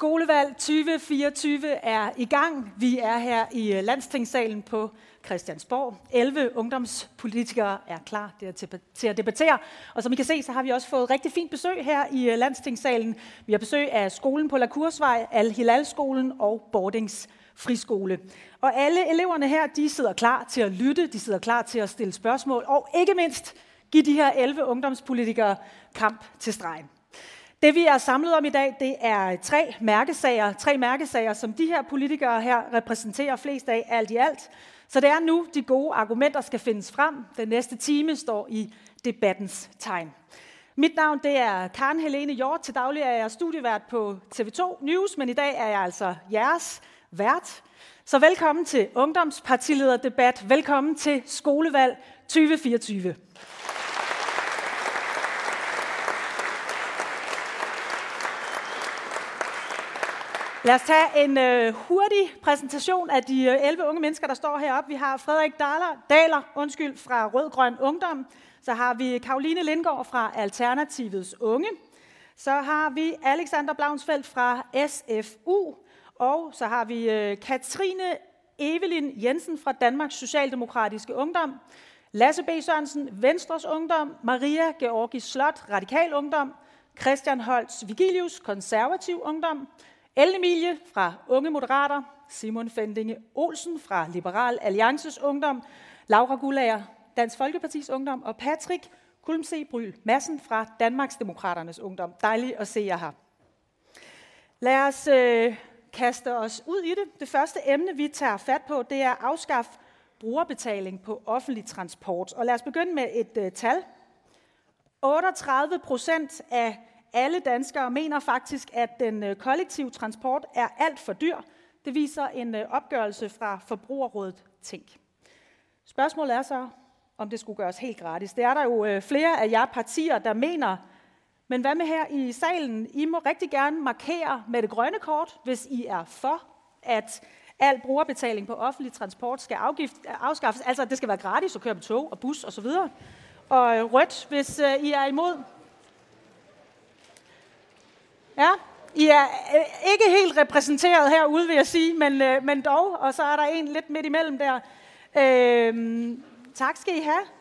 Skolevalg 2024 er i gang. Vi er her i Landstingssalen på Christiansborg. 11 ungdomspolitikere er klar til at debattere. Og som I kan se, så har vi også fået rigtig fint besøg her i Landstingssalen. Vi har besøg af skolen på Lakursvej, Al-Hilal-skolen og Bordings Friskole. Og alle eleverne her, de sidder klar til at lytte, de sidder klar til at stille spørgsmål, og ikke mindst give de her 11 ungdomspolitikere kamp til stregen. Det vi er samlet om i dag, det er tre mærkesager, som de her politikere her repræsenterer flest af alt i alt. Så det er nu, de gode argumenter skal findes frem. Den næste time står i debattens tegn. Mit navn det er Karen Helene Hjort. Til daglig er jeg studievært på TV2 News, men i dag er jeg altså jeres vært. Så velkommen til Ungdomspartilederdebat. Velkommen til Skolevalg 2024. Lad os tage en hurtig præsentation af de 11 unge mennesker, der står heroppe. Vi har Frederik Daler fra Rød Grøn Ungdom. Så har vi Caroline Lindgaard fra Alternativets Unge. Så har vi Alexander Blaunsfeldt fra SFU. Og så har vi Katrine Evelyn Jensen fra Danmarks Socialdemokratiske Ungdom. Lasse B. Sørensen, Venstres Ungdom. Maria Georgis Slot, Radikal Ungdom. Christian Holtz Vigilius, Konservativ Ungdom. Ellen Emilie fra Unge Moderater, Simon Fendinge Olsen fra Liberal Alliances Ungdom, Laura Guldager, Dansk Folkepartis Ungdom og Patrick Kulmse Bryl Madsen fra Danmarksdemokraternes Ungdom. Dejligt at se jer her. Lad os kaste os ud i det. Det første emne, vi tager fat på, det er afskaf brugerbetaling på offentlig transport. Og lad os begynde med et tal. 38% af alle danskere mener faktisk, at den kollektive transport er alt for dyr. Det viser en opgørelse fra Forbrugerrådet Tænk. Spørgsmålet er så, om det skulle gøres helt gratis. Det er der jo flere af jer partier, der mener. Men hvad med her i salen? I må rigtig gerne markere med det grønne kort, hvis I er for, at al brugerbetaling på offentlig transport skal afskaffes. Altså, det skal være gratis at køre med tog og bus osv. Og rødt, hvis I er imod. Ja, I er ikke helt repræsenteret herude, vil jeg sige, men dog, og så er der en lidt midt imellem der. Tak skal I have.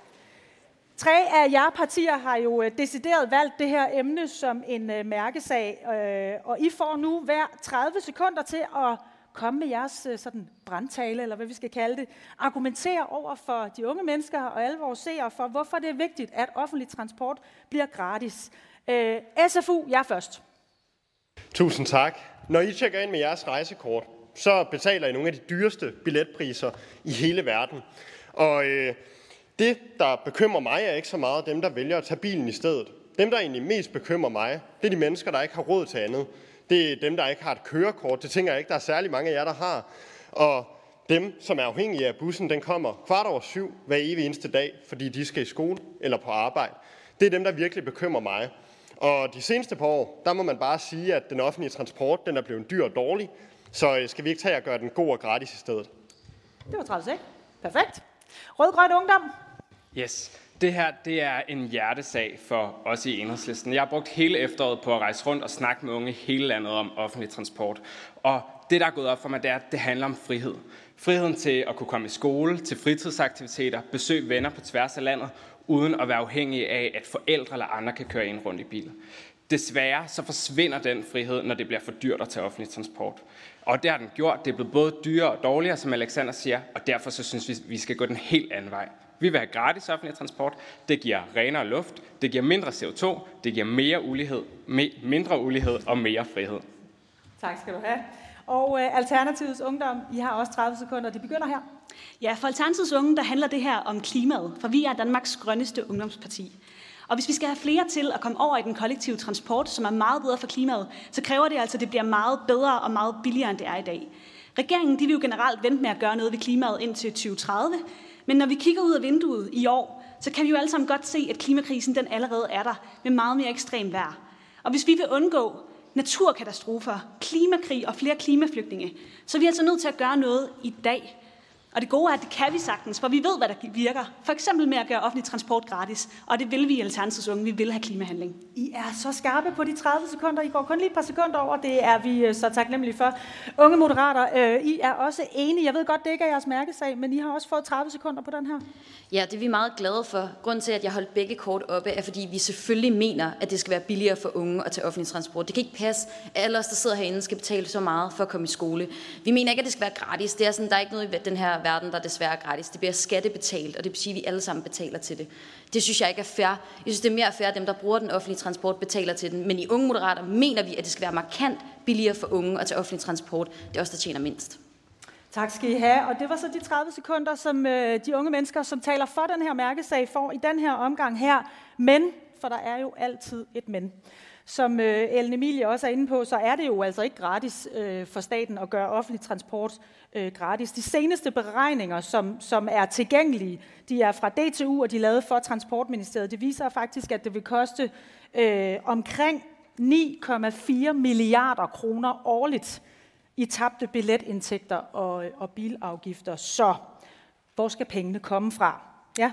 3 af jer partier har jo decideret valgt det her emne som en mærkesag, og I får nu hver 30 sekunder til at komme med jeres sådan brandtale, eller hvad vi skal kalde det, argumentere over for de unge mennesker og alle vores seere for, hvorfor det er vigtigt, at offentlig transport bliver gratis. SFU, jer først. Tusind tak. Når I tjekker ind med jeres rejsekort, så betaler I nogle af de dyreste billetpriser i hele verden. Og det, der bekymrer mig, er ikke så meget dem, der vælger at tage bilen i stedet. Dem, der egentlig mest bekymrer mig, det er de mennesker, der ikke har råd til andet. Det er dem, der ikke har et kørekort. Det tænker jeg ikke, der er særlig mange af jer, der har. Og dem, som er afhængige af bussen, den kommer 7:15 hver evig eneste dag, fordi de skal i skole eller på arbejde. Det er dem, der virkelig bekymrer mig. Og de seneste par år, der må man bare sige, at den offentlige transport, den er blevet dyr og dårlig. Så skal vi ikke tage og gøre den god og gratis i stedet? Det var træls, ikke? Perfekt. Rød-grøn ungdom. Yes. Det her, det er en hjertesag for os i Enhedslisten. Jeg har brugt hele efteråret på at rejse rundt og snakke med unge hele landet om offentlig transport. Og det, der er gået op for mig, det er, at det handler om frihed. Friheden til at kunne komme i skole, til fritidsaktiviteter, besøge venner på tværs af landet, uden at være afhængig af, at forældre eller andre kan køre ind rundt i bil. Desværre så forsvinder den frihed, når det bliver for dyrt at tage offentlig transport. Og det har den gjort. Det er blevet både dyrere og dårligere, som Alexander siger, og derfor så synes vi skal gå den helt anden vej. Vi vil have gratis offentlig transport. Det giver renere luft, det giver mindre CO2, det giver mindre ulighed og mere frihed. Tak skal du have. Og Alternativets Ungdom, I har også 30 sekunder. Det begynder her. Ja, for Alternativets Unge, der handler det her om klimaet, for vi er Danmarks grønneste ungdomsparti. Og hvis vi skal have flere til at komme over i den kollektive transport, som er meget bedre for klimaet, så kræver det altså, at det bliver meget bedre og meget billigere, end det er i dag. Regeringen de vil jo generelt vente med at gøre noget ved klimaet indtil 2030, men når vi kigger ud af vinduet i år, så kan vi jo alle sammen godt se, at klimakrisen den allerede er der med meget mere ekstrem vejr. Og hvis vi vil undgå naturkatastrofer, klimakrig og flere klimaflygtninge, så er vi altså nødt til at gøre noget i dag. Og det gode er, at det kan vi sagtens, for vi ved, hvad der virker. For eksempel med at gøre offentlig transport gratis. Og det vil vi i Alternativets Unge. Vi vil have klimahandling. I er så skarpe på de 30 sekunder. I går kun lige et par sekunder over. Det er vi så taknemmelige for. Unge Moderater, I er også enige. Jeg ved godt, det ikke er jeres mærkesag, men I har også fået 30 sekunder på den her. Ja, det er vi meget glade for. Grunden til, at jeg holdt begge kort oppe, er, fordi vi selvfølgelig mener, at det skal være billigere for unge at tage offentlig transport. Det kan ikke passe, at alle os, der sidder herinde, skal betale så meget for at komme i skole. Vi mener ikke, at det skal være gratis. Det er sådan, der er ikke noget i den her verden, der desværre er gratis. Det bliver skattebetalt, og det betyder, at vi alle sammen betaler til det. Det synes jeg ikke er fair. Jeg synes, det er mere fair, at dem, der bruger den offentlige transport, betaler til den. Men i Unge Moderater mener vi, at det skal være markant billigere for unge at tage offentlig transport. Det er også der tjener mindst. Tak skal I have. Og det var så de 30 sekunder, som de unge mennesker, som taler for den her mærkesag, får i den her omgang her. Men, for der er jo altid et men. Som Ellen Emilie også er inde på, så er det jo altså ikke gratis for staten at gøre offentlig transport gratis. De seneste beregninger, som er tilgængelige, de er fra DTU, og de er lavet for Transportministeriet. Det viser faktisk, at det vil koste omkring 9,4 milliarder kroner årligt i tabte billetindtægter og bilafgifter. Så hvor skal pengene komme fra? Ja.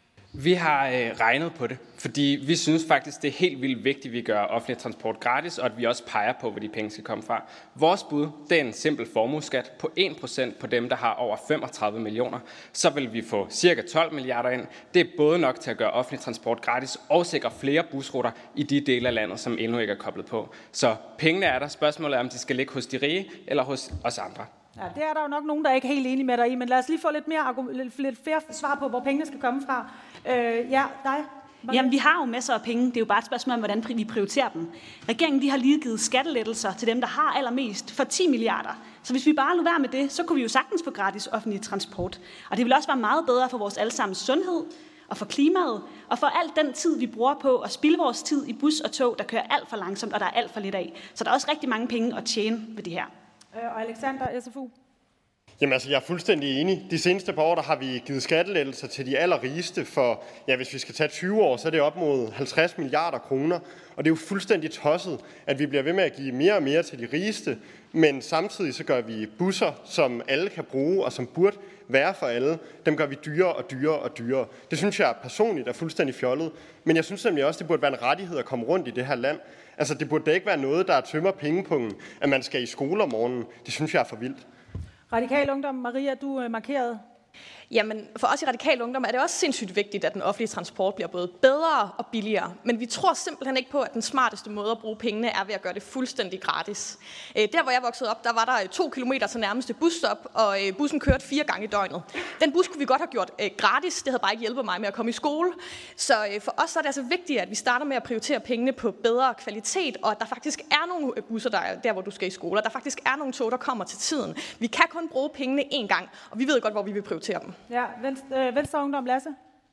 Vi har regnet på det, fordi vi synes faktisk, det er helt vildt vigtigt, at vi gør offentlig transport gratis, og at vi også peger på, hvor de penge skal komme fra. Vores bud, det er en simpel formueskat på 1% på dem, der har over 35 millioner. Så vil vi få cirka 12 milliarder ind. Det er både nok til at gøre offentlig transport gratis og sikre flere busruter i de dele af landet, som endnu ikke er koblet på. Så pengene er der. Spørgsmålet er, om de skal ligge hos de rige eller hos os andre. Ja, det er der jo nok nogen, der er ikke helt enige med dig i, men lad os lige få lidt flere svar på, hvor pengene skal komme fra. Ja, dig? Jamen, vi har jo masser af penge. Det er jo bare et spørgsmål om, hvordan vi prioriterer dem. Regeringen de har lige givet skattelettelser til dem, der har allermest, for 10 milliarder. Så hvis vi bare lod være med det, så kunne vi jo sagtens få gratis offentlig transport. Og det vil også være meget bedre for vores allesammens sundhed og for klimaet, og for al den tid, vi bruger på at spilde vores tid i bus og tog, der kører alt for langsomt, og der er alt for lidt af. Så der er også rigtig mange penge at tjene ved det her. Og Alexander, SFU? Jamen altså, jeg er fuldstændig enig. De seneste par år, der har vi givet skattelettelser til de allerrigeste for, ja, hvis vi skal tage 20 år, så er det op mod 50 milliarder kroner. Og det er jo fuldstændig tosset, at vi bliver ved med at give mere og mere til de rigeste, men samtidig så gør vi busser, som alle kan bruge, og som burde være for alle, dem gør vi dyrere og dyrere og dyrere. Det synes jeg personligt er fuldstændig fjollet, men jeg synes nemlig også, det burde være en rettighed at komme rundt i det her land. Altså, det burde da ikke være noget, der tømmer pengepungen, at man skal i skole om morgenen. Det synes jeg er for vildt. Radikal Ungdom, Maria, du markerede. Jamen, for os i Radikal Ungdom er det også sindssygt vigtigt, at den offentlige transport bliver både bedre og billigere. Men vi tror simpelthen ikke på, at den smarteste måde at bruge pengene er ved at gøre det fuldstændig gratis. Der, hvor jeg voksede op, der var der 2 kilometer til nærmeste busstop, og bussen kørte 4 gange i døgnet. Den bus kunne vi godt have gjort gratis. Det havde bare ikke hjulpet mig med at komme i skole. Så for os er det altså vigtigt, at vi starter med at prioritere pengene på bedre kvalitet, og at der faktisk er nogle busser, der hvor du skal i skole, og der faktisk er nogle tog, der kommer til tiden. Vi kan kun bruge pengene én gang, og vi ved godt, hvor vi vil prioritere dem. Ja, Venstre Ungdom, Lasse?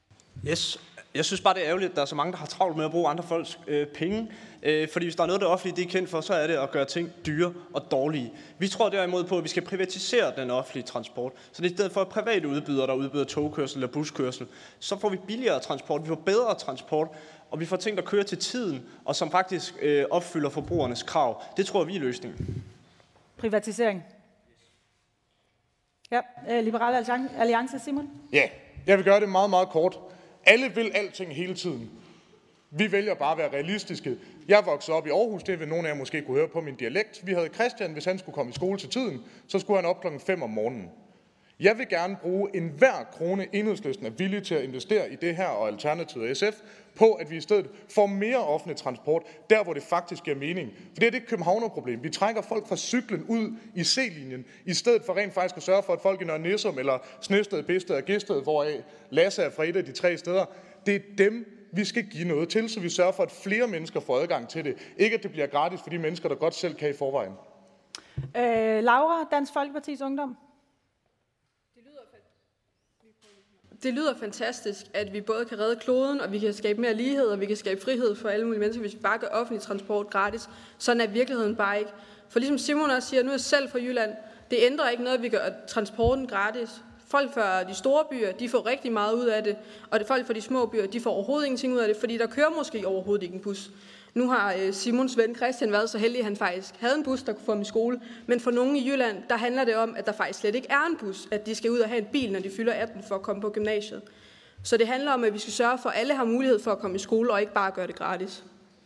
Yes. Jeg synes bare, det er ærgerligt, at der er så mange, der har travlt med at bruge andre folks penge. Fordi hvis der er noget, det offentlige det er kendt for, så er det at gøre ting dyre og dårlige. Vi tror derimod på, at vi skal privatisere den offentlige transport. Så det er i stedet for private udbydere, der udbyder togkørsel eller buskørsel, så får vi billigere transport, vi får bedre transport, og vi får ting, der kører til tiden, og som faktisk opfylder forbrugernes krav. Det tror vi er løsningen. Privatisering. Ja, Liberal Alliance, Simon? Ja, jeg vil gøre det meget, meget kort. Alle vil alting hele tiden. Vi vælger bare at være realistiske. Jeg voksede op i Aarhus, det vil nogle af jer måske kunne høre på min dialekt. Vi havde Christian, hvis han skulle komme i skole til tiden, så skulle han op klokken 5 om morgenen. Jeg vil gerne bruge enhver krone, Enhedslisten er villig til at investere i det her, og Alternativet og SF, på at vi i stedet får mere offentlig transport, der hvor det faktisk giver mening. For det er det københavnerproblem. Vi trækker folk fra cyklen ud i C-linjen, i stedet for rent faktisk at sørge for, at folk i Nørre Nissum eller Snested, Bedsted og Gested, hvoraf Lasse er fra et af de 3 steder, det er dem, vi skal give noget til, så vi sørger for, at flere mennesker får adgang til det. Ikke at det bliver gratis for de mennesker, der godt selv kan i forvejen. Laura, Dansk Folkepartis Ungdom. Det lyder fantastisk, at vi både kan redde kloden, og vi kan skabe mere lighed, og vi kan skabe frihed for alle mulige mennesker, hvis vi bare gør offentlig transport gratis. Sådan er virkeligheden bare ikke. For ligesom Simon også siger, nu er jeg selv fra Jylland, det ændrer ikke noget, at vi gør transporten gratis. Folk fra de store byer, de får rigtig meget ud af det, og folk fra de små byer, de får overhovedet ingenting ud af det, fordi der kører måske overhovedet ikke en bus. Nu har Simons ven Christian været så heldig, at han faktisk havde en bus, der kunne få ham i skole. Men for nogen i Jylland, der handler det om, at der faktisk slet ikke er en bus. At de skal ud og have en bil, når de fylder 18 for at komme på gymnasiet. Så det handler om, at vi skal sørge for, at alle har mulighed for at komme i skole, og ikke bare gøre det gratis.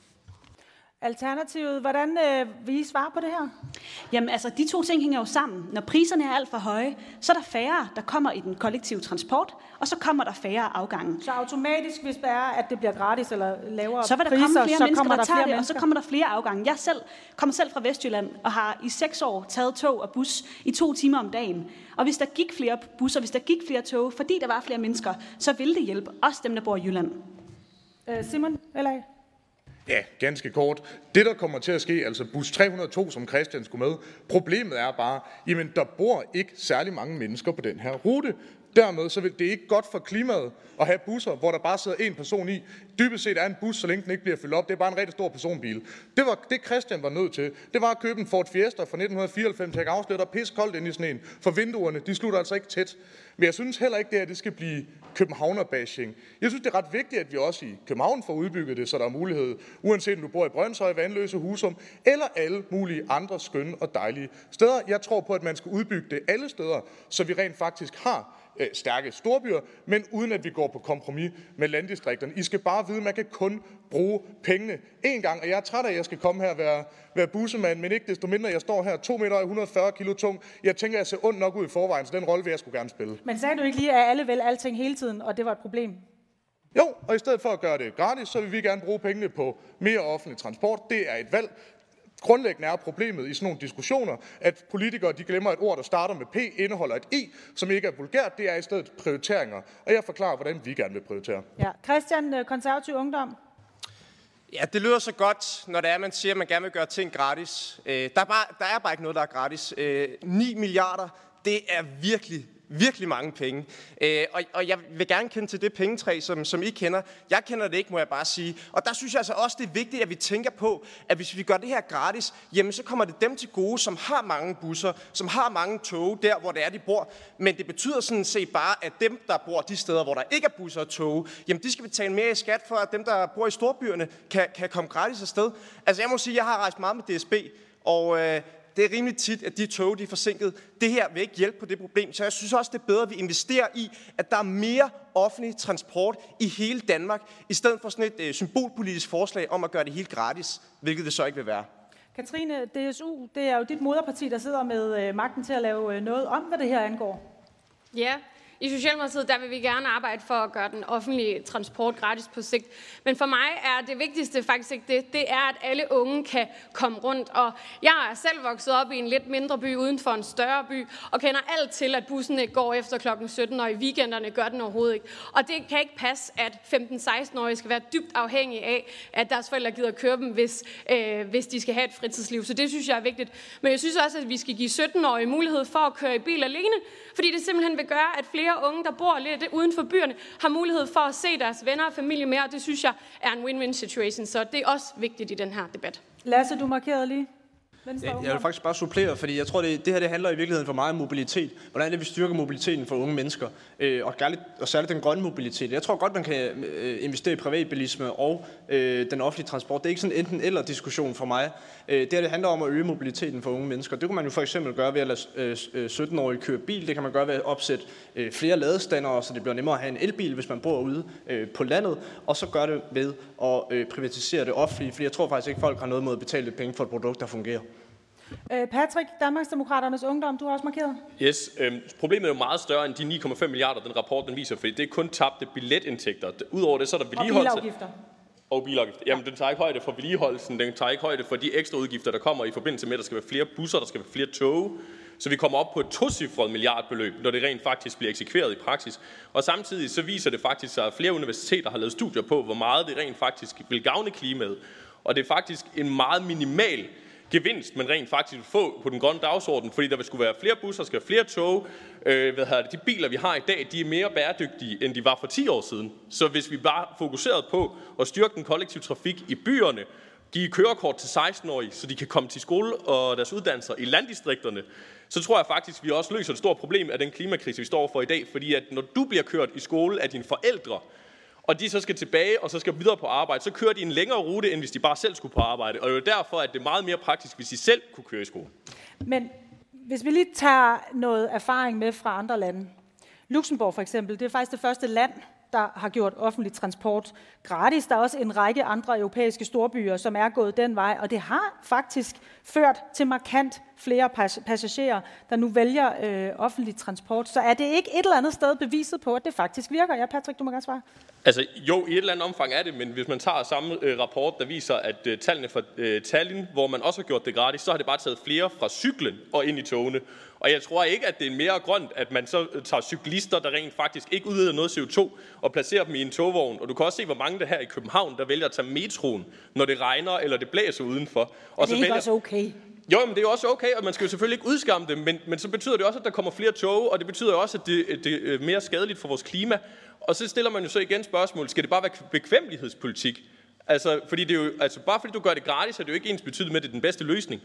Alternativet, hvordan vil I svare på det her? Jamen altså, de to ting hænger jo sammen. Når priserne er alt for høje, så er der færre, der kommer i den kollektive transport, og så kommer der færre afgange. Så automatisk, hvis det er, at det bliver gratis eller lavere så vil der priser, komme flere så mennesker, kommer der tager det, mennesker. og så kommer der flere afgange. Jeg kommer selv fra Vestjylland og har i 6 år taget tog og bus i 2 timer om dagen. Og hvis der gik flere busser, hvis der gik flere tog, fordi der var flere mennesker, så ville det hjælpe også dem, der bor i Jylland. Simon, eller? Ja, ganske kort. Det, der kommer til at ske, altså bus 302, som Christian skulle med, problemet er bare, jamen der bor ikke særlig mange mennesker på den her rute. Dermed så vil det ikke godt for klimaet at have busser, hvor der bare sidder en person i. Dybest set er en bus, så længe den ikke bliver fyldt op. Det er bare en rigtig stor personbil. Det var det, Christian var nødt til. Det var at købe en Ford Fiesta fra 1994. Jeg kan afsløre, der er pissekoldt inde i sådan en. For vinduerne, de slutter altså ikke tæt. Men jeg synes heller ikke, det skal blive københavner-bashing. Jeg synes, det er ret vigtigt, at vi også i København får udbygget det, så der er mulighed, uanset om du bor i Brønshøj, Vandløse, Husum, eller alle mulige andre skønne og dejlige steder. Jeg tror på, at man skal udbygge det alle steder, så vi rent faktisk har stærke storbyer, men uden at vi går på kompromis med landdistrikterne. I skal bare vide, at man kan kun bruge pengene én gang, og jeg er træt af, at jeg skal komme her og være bussemand, men ikke desto mindre, jeg står her 2 meter og 140 kilo tung. Jeg tænker, at jeg ser ondt nok ud i forvejen, så den rolle vil jeg sgu gerne spille. Men sagde du ikke lige, at alle vil alting hele tiden, og det var et problem? Jo, og i stedet for at gøre det gratis, så vil vi gerne bruge pengene på mere offentlig transport. Det er et valg. Grundlæggende er problemet i sådan nogle diskussioner, at politikere de glemmer et ord, der starter med P, indeholder et I, som ikke er vulgært. Det er i stedet prioriteringer. Og jeg forklarer, hvordan vi gerne vil prioritere. Ja. Christian, Konservativ Ungdom. Ja, det lyder så godt, når det er, man siger, at man gerne vil gøre ting gratis. Der er bare ikke noget, der er gratis. 9 milliarder, det er virkelig mange penge. Og jeg vil gerne kende til det pengetræ, som I kender. Jeg kender det ikke, må jeg bare sige. Og der synes jeg altså også, det er vigtigt, at vi tænker på, at hvis vi gør det her gratis, jamen så kommer det dem til gode, som har mange busser, som har mange tog der, hvor det er, de bor. Men det betyder sådan set bare, at dem, der bor de steder, hvor der ikke er busser og tog, jamen de skal betale mere i skat for, at dem, der bor i storbyerne, kan komme gratis afsted. Altså jeg må sige, at jeg har rejst meget med DSB, og det er rimelig tit, at de tog, de er forsinket. Det her vil ikke hjælpe på det problem, så jeg synes også, det er bedre, at vi investerer i, at der er mere offentlig transport i hele Danmark, i stedet for sådan et symbolpolitisk forslag om at gøre det helt gratis, hvilket det så ikke vil være. Katrine, DSU, det er jo dit moderparti, der sidder med magten til at lave noget om, hvad det her angår. Ja. I Socialdemokratiet der vil vi gerne arbejde for at gøre den offentlige transport gratis på sigt. Men for mig er det vigtigste faktisk ikke det. Det er, at alle unge kan komme rundt. Og jeg er selv vokset op i en lidt mindre by uden for en større by, og kender alt til, at bussen ikke går efter klokken 17, og i weekenderne gør den overhovedet ikke. Og det kan ikke passe, at 15-16-årige skal være dybt afhængige af, at deres forældre gider køre dem, hvis de skal have et fritidsliv. Så det synes jeg er vigtigt. Men jeg synes også, at vi skal give 17-årige mulighed for at køre i bil alene, fordi det simpelthen vil gøre, at flere unge, der bor lidt uden for byerne, har mulighed for at se deres venner og familie mere, og det synes jeg er en win-win situation, så det er også vigtigt i den her debat. Lasse, du markerede lige. Jeg vil faktisk bare supplere, fordi jeg tror, det her handler i virkeligheden for meget om mobilitet. Hvordan det vi styrker mobiliteten for unge mennesker, og særligt den grønne mobilitet. Jeg tror godt, man kan investere i privatbilisme og den offentlige transport. Det er ikke sådan enten eller diskussion for mig. Det handler om at øge mobiliteten for unge mennesker. Det kan man jo for eksempel gøre ved at lade 17-årige køre bil. Det kan man gøre ved at opsætte flere ladestandere, så det bliver nemmere at have en elbil, hvis man bor ude på landet. Og så gør det ved at privatisere det offentlige, fordi jeg tror faktisk ikke, folk har noget mod at betale lidt penge for et produkt, der fungerer. Patrick, Danmarksdemokraternes Ungdom, du har også markeret. Yes, problemet er jo meget større end de 9,5 milliarder, den rapport den viser, fordi det er kun tabte billetindtægter. Udover det, så er der vedligeholdelse. Og bilafgifter. Jamen, den tager ikke højde for vedligeholdelsen, den tager ikke højde for de ekstra udgifter, der kommer i forbindelse med, at der skal være flere busser, der skal være flere tog. Så vi kommer op på et tocifret milliardbeløb, når det rent faktisk bliver eksekveret i praksis. Og samtidig så viser det faktisk, at flere universiteter har lavet studier på, hvor meget det rent faktisk vil gavne klimaet. Og det er faktisk en meget minimal gevinst, man rent faktisk vil få på den grønne dagsorden, fordi der vil skulle være flere busser, skal være flere tog. De biler, vi har i dag, de er mere bæredygtige, end de var for 10 år siden. Så hvis vi bare fokuserede på at styrke den kollektive trafik i byerne, give kørekort til 16-årige, så de kan komme til skole og deres uddannelser i landdistrikterne, så tror jeg faktisk, vi også løser et stort problem af den klimakrise, vi står for i dag. Fordi at når du bliver kørt i skole af dine forældre, og de så skal tilbage og så skal videre på arbejde, så kører de en længere rute, end hvis de bare selv skulle på arbejde. Og det er jo derfor, at det er meget mere praktisk, hvis de selv kunne køre i skole. Men hvis vi lige tager noget erfaring med fra andre lande. Luxembourg for eksempel, det er faktisk det første land, der har gjort offentlig transport gratis. Der er også en række andre europæiske storbyer, som er gået den vej, og det har faktisk ført til markant flere passagerer, der nu vælger offentlig transport. Så er det ikke et eller andet sted beviset på, at det faktisk virker? Ja, Patrick, du må gerne svare. Altså jo, i et eller andet omfang er det, men hvis man tager samme rapport, der viser, at tallene fra Tallinn, hvor man også har gjort det gratis, så har det bare taget flere fra cyklen og ind i togene. Og jeg tror ikke, at det er mere grønt, at man så tager cyklister, der rent faktisk ikke udleder noget CO2, og placerer dem i en togvogn. Og du kan også se, hvor mange der her i København, der vælger at tage metroen, når det regner eller det blæser udenfor. Og det er ikke også okay? Jo, men det er jo også okay, og man skal jo selvfølgelig ikke udskamme dem, men så betyder det også, at der kommer flere tog, og det betyder også, at det er mere skadeligt for vores klima. Og så stiller man jo så igen spørgsmål, skal det bare være bekvemmelighedspolitik? Altså, fordi det er jo, altså bare fordi du gør det gratis, er det jo ikke ens betydende med, at det er den bedste løsning.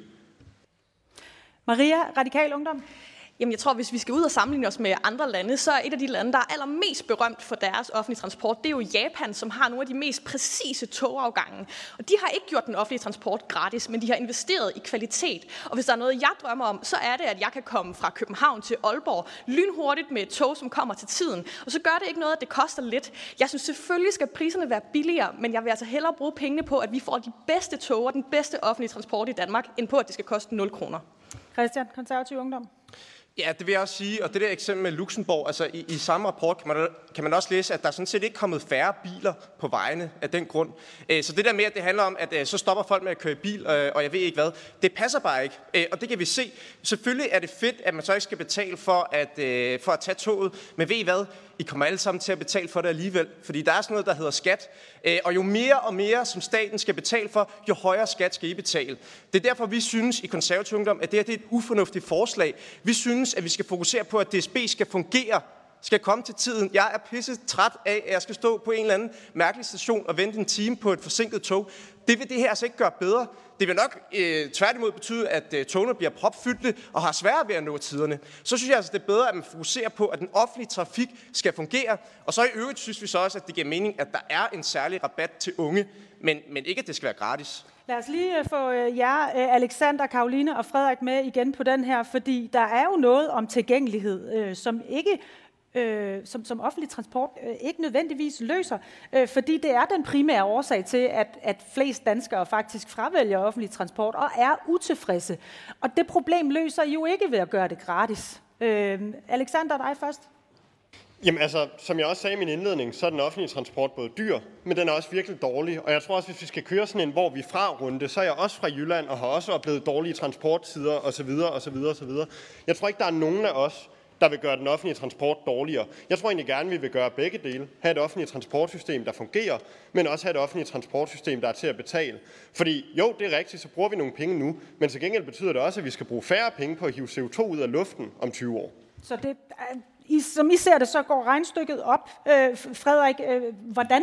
Maria, Radikal Ungdom? Jamen, jeg tror, hvis vi skal ud og sammenligne os med andre lande, så er et af de lande, der er allermest berømt for deres offentlige transport, det er jo Japan, som har nogle af de mest præcise togafgange. Og de har ikke gjort den offentlige transport gratis, men de har investeret i kvalitet. Og hvis der er noget, jeg drømmer om, så er det, at jeg kan komme fra København til Aalborg lynhurtigt med et tog, som kommer til tiden. Og så gør det ikke noget, at det koster lidt. Jeg synes selvfølgelig skal priserne være billigere, men jeg vil altså hellere bruge pengene på, at vi får de bedste tog og den bedste offentlige transport i Danmark, end på, at det skal koste 0 kroner. Christian, Konservativ Ungdom? Ja, det vil jeg også sige, og det der eksempel med Luxembourg, altså i samme rapport kan man også læse, at der sådan set ikke er kommet færre biler på vejene af den grund. Så det der med, at det handler om, at så stopper folk med at køre i bil, og jeg ved ikke hvad, det passer bare ikke, og det kan vi se. Selvfølgelig er det fedt, at man så ikke skal betale for at tage toget, men ved I hvad? I kommer alle sammen til at betale for det alligevel, fordi der er sådan noget, der hedder skat. Og jo mere og mere, som staten skal betale for, jo højere skat skal I betale. Det er derfor, vi synes i Konservativ Ungdom, at det her det er et ufornuftigt forslag. Vi synes, at vi skal fokusere på, at DSB skal fungere, skal komme til tiden. Jeg er pisse træt af, at jeg skal stå på en eller anden mærkelig station og vente en time på et forsinket tog. Det vil det her altså ikke gøre bedre. Det vil nok tværtimod betyde, at togene bliver propfyldte og har sværere ved at nå tiderne. Så synes jeg altså, det er bedre, at man fokuserer på, at den offentlige trafik skal fungere. Og så i øvrigt synes vi så også, at det giver mening, at der er en særlig rabat til unge, men ikke, at det skal være gratis. Lad os lige få jer, Alexander, Karoline og Frederik, med igen på den her, fordi der er jo noget om tilgængelighed, som ikke som offentlig transport ikke nødvendigvis løser, fordi det er den primære årsag til, at flest danskere faktisk fravælger offentlig transport og er utilfredse. Og det problem løser I jo ikke ved at gøre det gratis. Alexander, dig først. Jamen altså, som jeg også sagde i min indledning, så er den offentlige transport både dyr, men den er også virkelig dårlig. Og jeg tror også, hvis vi skal køre sådan en, hvor vi fra-runde, så er jeg også fra Jylland og har også oplevet dårlige transporttider osv. osv. Jeg tror ikke, der er nogen af os, der vil gøre den offentlige transport dårligere. Jeg tror egentlig gerne, vi vil gøre begge dele. Have et offentligt transportsystem, der fungerer, men også have et offentligt transportsystem, der er til at betale. Fordi jo, det er rigtigt, så bruger vi nogle penge nu, men til gengæld betyder det også, at vi skal bruge færre penge på at hive CO2 ud af luften om 20 år. Så det, som I ser det, så går regnstykket op. Frederik, hvordan?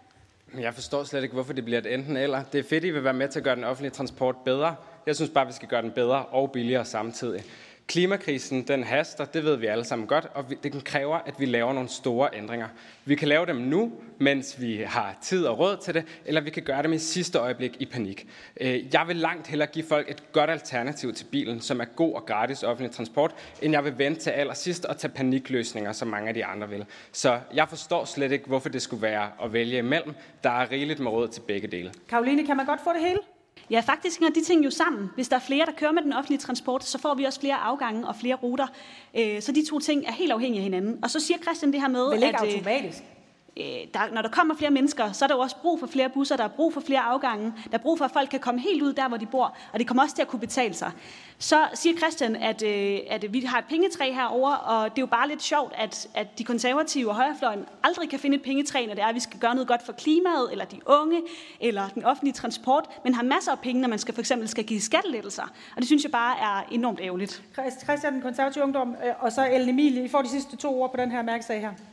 Jeg forstår slet ikke, hvorfor det bliver et enten eller. Det er fedt, I vil være med til at gøre den offentlige transport bedre. Jeg synes bare, vi skal gøre den bedre og billigere samtidig. Klimakrisen, den haster, det ved vi alle sammen godt, og det kræver, at vi laver nogle store ændringer. Vi kan lave dem nu, mens vi har tid og råd til det, eller vi kan gøre dem i sidste øjeblik i panik. Jeg vil langt hellere give folk et godt alternativ til bilen, som er god og gratis offentlig transport, end jeg vil vente til allersidst og tage panikløsninger, som mange af de andre vil. Så jeg forstår slet ikke, hvorfor det skulle være at vælge imellem. Der er rigeligt med råd til begge dele. Karoline, kan man godt få det hele? Ja, faktisk hænger de ting jo sammen. Hvis der er flere, der kører med den offentlige transport, så får vi også flere afgange og flere ruter. Så de to ting er helt afhængige af hinanden. Og så siger Christian det her med, vel ikke automatisk? Når der kommer flere mennesker, så er der jo også brug for flere busser, der er brug for flere afgange, der er brug for, at folk kan komme helt ud der, hvor de bor, og det kommer også til at kunne betale sig. Så siger Christian, at vi har et pengetræ herover, og det er jo bare lidt sjovt, at de konservative og højrefløjen aldrig kan finde et pengetræ, når det er, at vi skal gøre noget godt for klimaet, eller de unge, eller den offentlige transport, men har masser af penge, når man for eksempel skal give skattelettelser. Og det synes jeg bare er enormt ærgerligt. Christian, den konservative ungdom, og så Ellen Emilie, I får de sidste 2 ord på den her mærkesag her.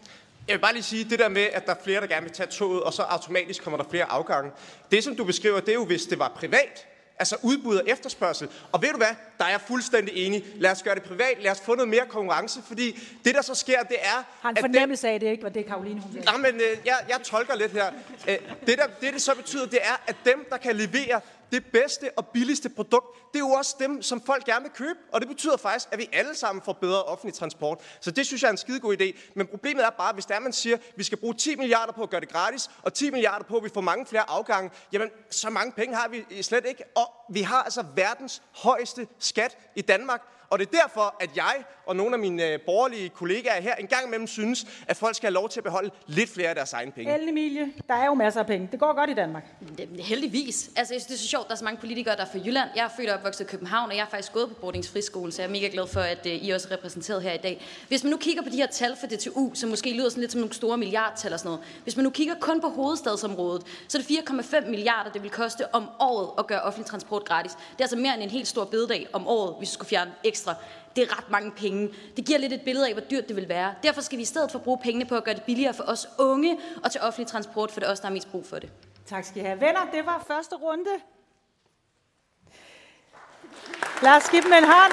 Jeg vil bare lige sige, det der med, at der er flere, der gerne vil tage toget, og så automatisk kommer der flere afgange. Det, som du beskriver, det er jo, hvis det var privat. Altså udbud og efterspørgsel. Og ved du hvad? Der er jeg fuldstændig enig. Lad os gøre det privat. Lad os få noget mere konkurrence, fordi det, der så sker, det er... Har en fornemmelse af, det ikke var det, Caroline hun sagde? Nej, men jeg tolker lidt her. Det så betyder, det er, at dem, der kan levere det bedste og billigste produkt, det er jo også dem, som folk gerne vil købe. Og det betyder faktisk, at vi alle sammen får bedre offentlig transport. Så det synes jeg er en skidegod idé. Men problemet er bare, hvis der man siger, at vi skal bruge 10 milliarder på at gøre det gratis, og 10 milliarder på, at vi får mange flere afgange, jamen så mange penge har vi slet ikke. Og vi har altså verdens højeste skat i Danmark. Og det er derfor, at jeg og nogle af mine borgerlige kollegaer her engang imellem synes, at folk skal have lov til at beholde lidt flere af deres egne penge. Ellen Emilie, der er jo masser af penge. Det går godt i Danmark. Heldigvis. Altså, jeg synes, det er så sjovt, der er så mange politikere, der er fra Jylland. Jeg er født og opvokset i København, og jeg har faktisk gået på Bordings Friskole, så jeg er mega glad for, at I også er repræsenteret her i dag. Hvis man nu kigger på de her tal for DTU, som måske lyder sådan lidt som nogle store milliardtal og sådan noget. Hvis man nu kigger kun på hovedstadsområdet, så er det 4,5 milliarder, det vil koste om året at gøre offentlig transport gratis. Det er altså mere end en helt stor bededag om året, hvis vi skulle fjerne ekstra. Det er ret mange penge. Det giver lidt et billede af, hvor dyrt det vil være. Derfor skal vi i stedet for bruge pengene på at gøre det billigere for os unge og til offentlig transport, for det er os, der har mest brug for det. Tak skal I have. Venner, det var første runde. Lad os give dem en hånd.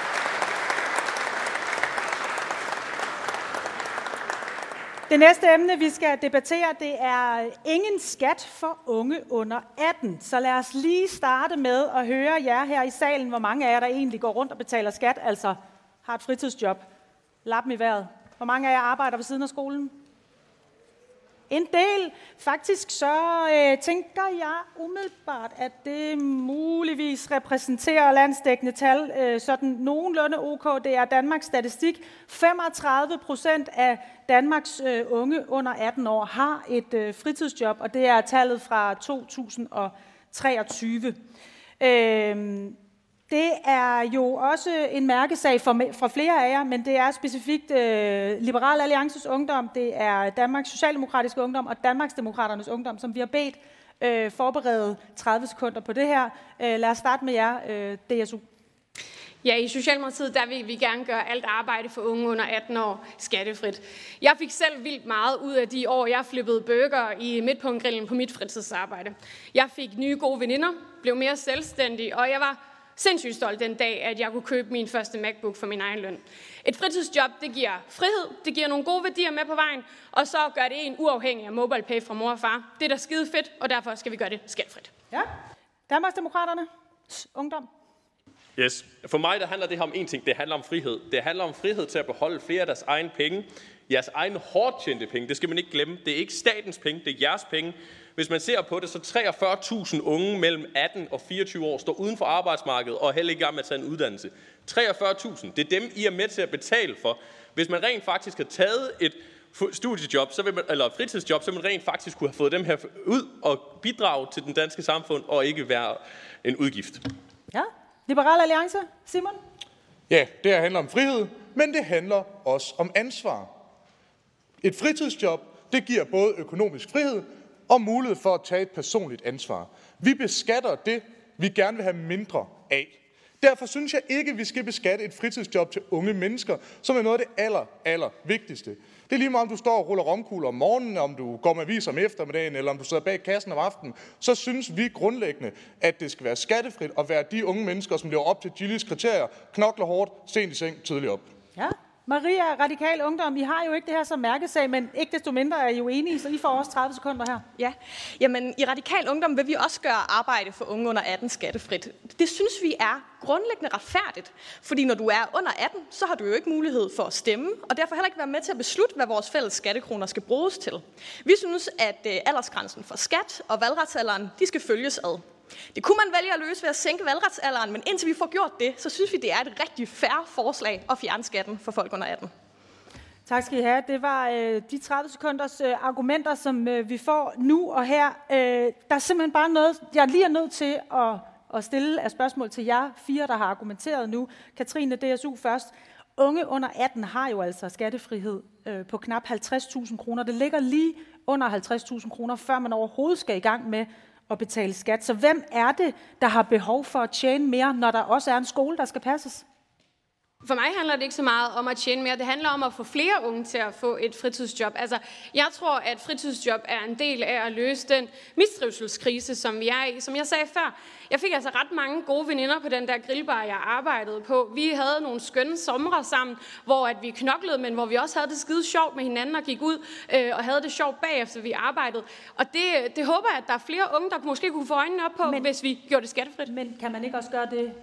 Det næste emne, vi skal debattere, det er ingen skat for unge under 18. Så lad os lige starte med at høre jer her i salen, hvor mange af jer, der egentlig går rundt og betaler skat, altså har et fritidsjob. Lappen i vejret. Hvor mange af jer arbejder ved siden af skolen? En del. Faktisk så tænker jeg umiddelbart, at det muligvis repræsenterer landsdækkende tal sådan nogenlunde OK. Det er Danmarks Statistik. 35% af Danmarks unge under 18 år har et fritidsjob, og det er tallet fra 2023. Det er jo også en mærkesag for flere af jer, men det er specifikt Liberal Alliances Ungdom, det er Danmarks Socialdemokratiske Ungdom og Danmarksdemokraternes Ungdom, som vi har bedt forberede 30 sekunder på det her. Lad os starte med jer, DSU. Ja, i Socialdemokratiet, der vil vi gerne gøre alt arbejde for unge under 18 år skattefrit. Jeg fik selv vildt meget ud af de år, jeg flippede burger i Midtpunktgrillen på mit fritidsarbejde. Jeg fik nye gode veninder, blev mere selvstændig, og jeg var sindssygt stolt den dag, at jeg kunne købe min første MacBook for min egen løn. Et fritidsjob, det giver frihed, det giver nogle gode værdier med på vejen, og så gør det en uafhængig af MobilePay fra mor og far. Det er da skide fedt, og derfor skal vi gøre det skattefrit. Ja, Danmarksdemokraterne, Ungdom. Yes. For mig der handler det her om én ting. Det handler om frihed. Det handler om frihed til at beholde flere af deres egne penge. Jeres egne hårdt tjente penge. Det skal man ikke glemme. Det er ikke statens penge, det er jeres penge. Hvis man ser på det, så 43.000 unge mellem 18 og 24 år står uden for arbejdsmarkedet og er heller ikke i gang med at tage en uddannelse. 43.000. Det er dem, I er med til at betale for. Hvis man rent faktisk har taget et studiejob, eller fritidsjob, så man rent faktisk kunne have fået dem her ud og bidrage til den danske samfund og ikke være en udgift. Ja. Liberal Alliance, Simon? Ja, det her handler om frihed, men det handler også om ansvar. Et fritidsjob, det giver både økonomisk frihed og mulighed for at tage et personligt ansvar. Vi beskatter det, vi gerne vil have mindre af. Derfor synes jeg ikke, at vi skal beskatte et fritidsjob til unge mennesker, som er noget af det aller vigtigste. Det er lige meget, om du står og ruller romkugler om morgenen, om du går med aviser om eftermiddagen, eller om du sidder bag kassen om aftenen, så synes vi grundlæggende, at det skal være skattefrit at være de unge mennesker, som lever op til Gillies kriterier, knokler hårdt, sent i seng, tidligt op. Ja. Maria, Radikal Ungdom, I har jo ikke det her som mærkesag, men ikke desto mindre er I jo enige, så I får også 30 sekunder her. Ja, jamen i Radikal Ungdom vil vi også gøre arbejde for unge under 18 skattefrit. Det synes vi er grundlæggende retfærdigt, fordi når du er under 18, så har du jo ikke mulighed for at stemme, og derfor heller ikke være med til at beslutte, hvad vores fælles skattekroner skal bruges til. Vi synes, at aldersgrænsen for skat og valgretsalderen, de skal følges ad. Det kunne man vælge at løse ved at sænke valgretsalderen, men indtil vi får gjort det, så synes vi, det er et rigtig fair forslag at fjerne skatten for folk under 18. Tak skal I have. Det var de 30 sekunders argumenter, som vi får nu og her. Der er simpelthen bare noget, jeg lige er nødt til at stille af spørgsmål til jer fire, der har argumenteret nu. Katrine, DSU først. Unge under 18 har jo altså skattefrihed på knap 50.000 kroner. Det ligger lige under 50.000 kroner, før man overhovedet skal i gang med at betale skat. Så hvem er det, der har behov for at tjene mere, når der også er en skole, der skal passes? For mig handler det ikke så meget om at tjene mere. Det handler om at få flere unge til at få et fritidsjob. Altså, jeg tror, at fritidsjob er en del af at løse den mistrivselskrise, som vi er i. Som jeg sagde før, jeg fik altså ret mange gode veninder på den der grillbar, jeg arbejdede på. Vi havde nogle skønne somre sammen, hvor at vi knoklede, men hvor vi også havde det skide sjovt med hinanden og gik ud og havde det sjovt bagefter, vi arbejdede. Og det håber jeg, at der er flere unge, der måske kunne få øjnene op på, hvis vi gjorde det skattefrit. Men kan man ikke også gøre det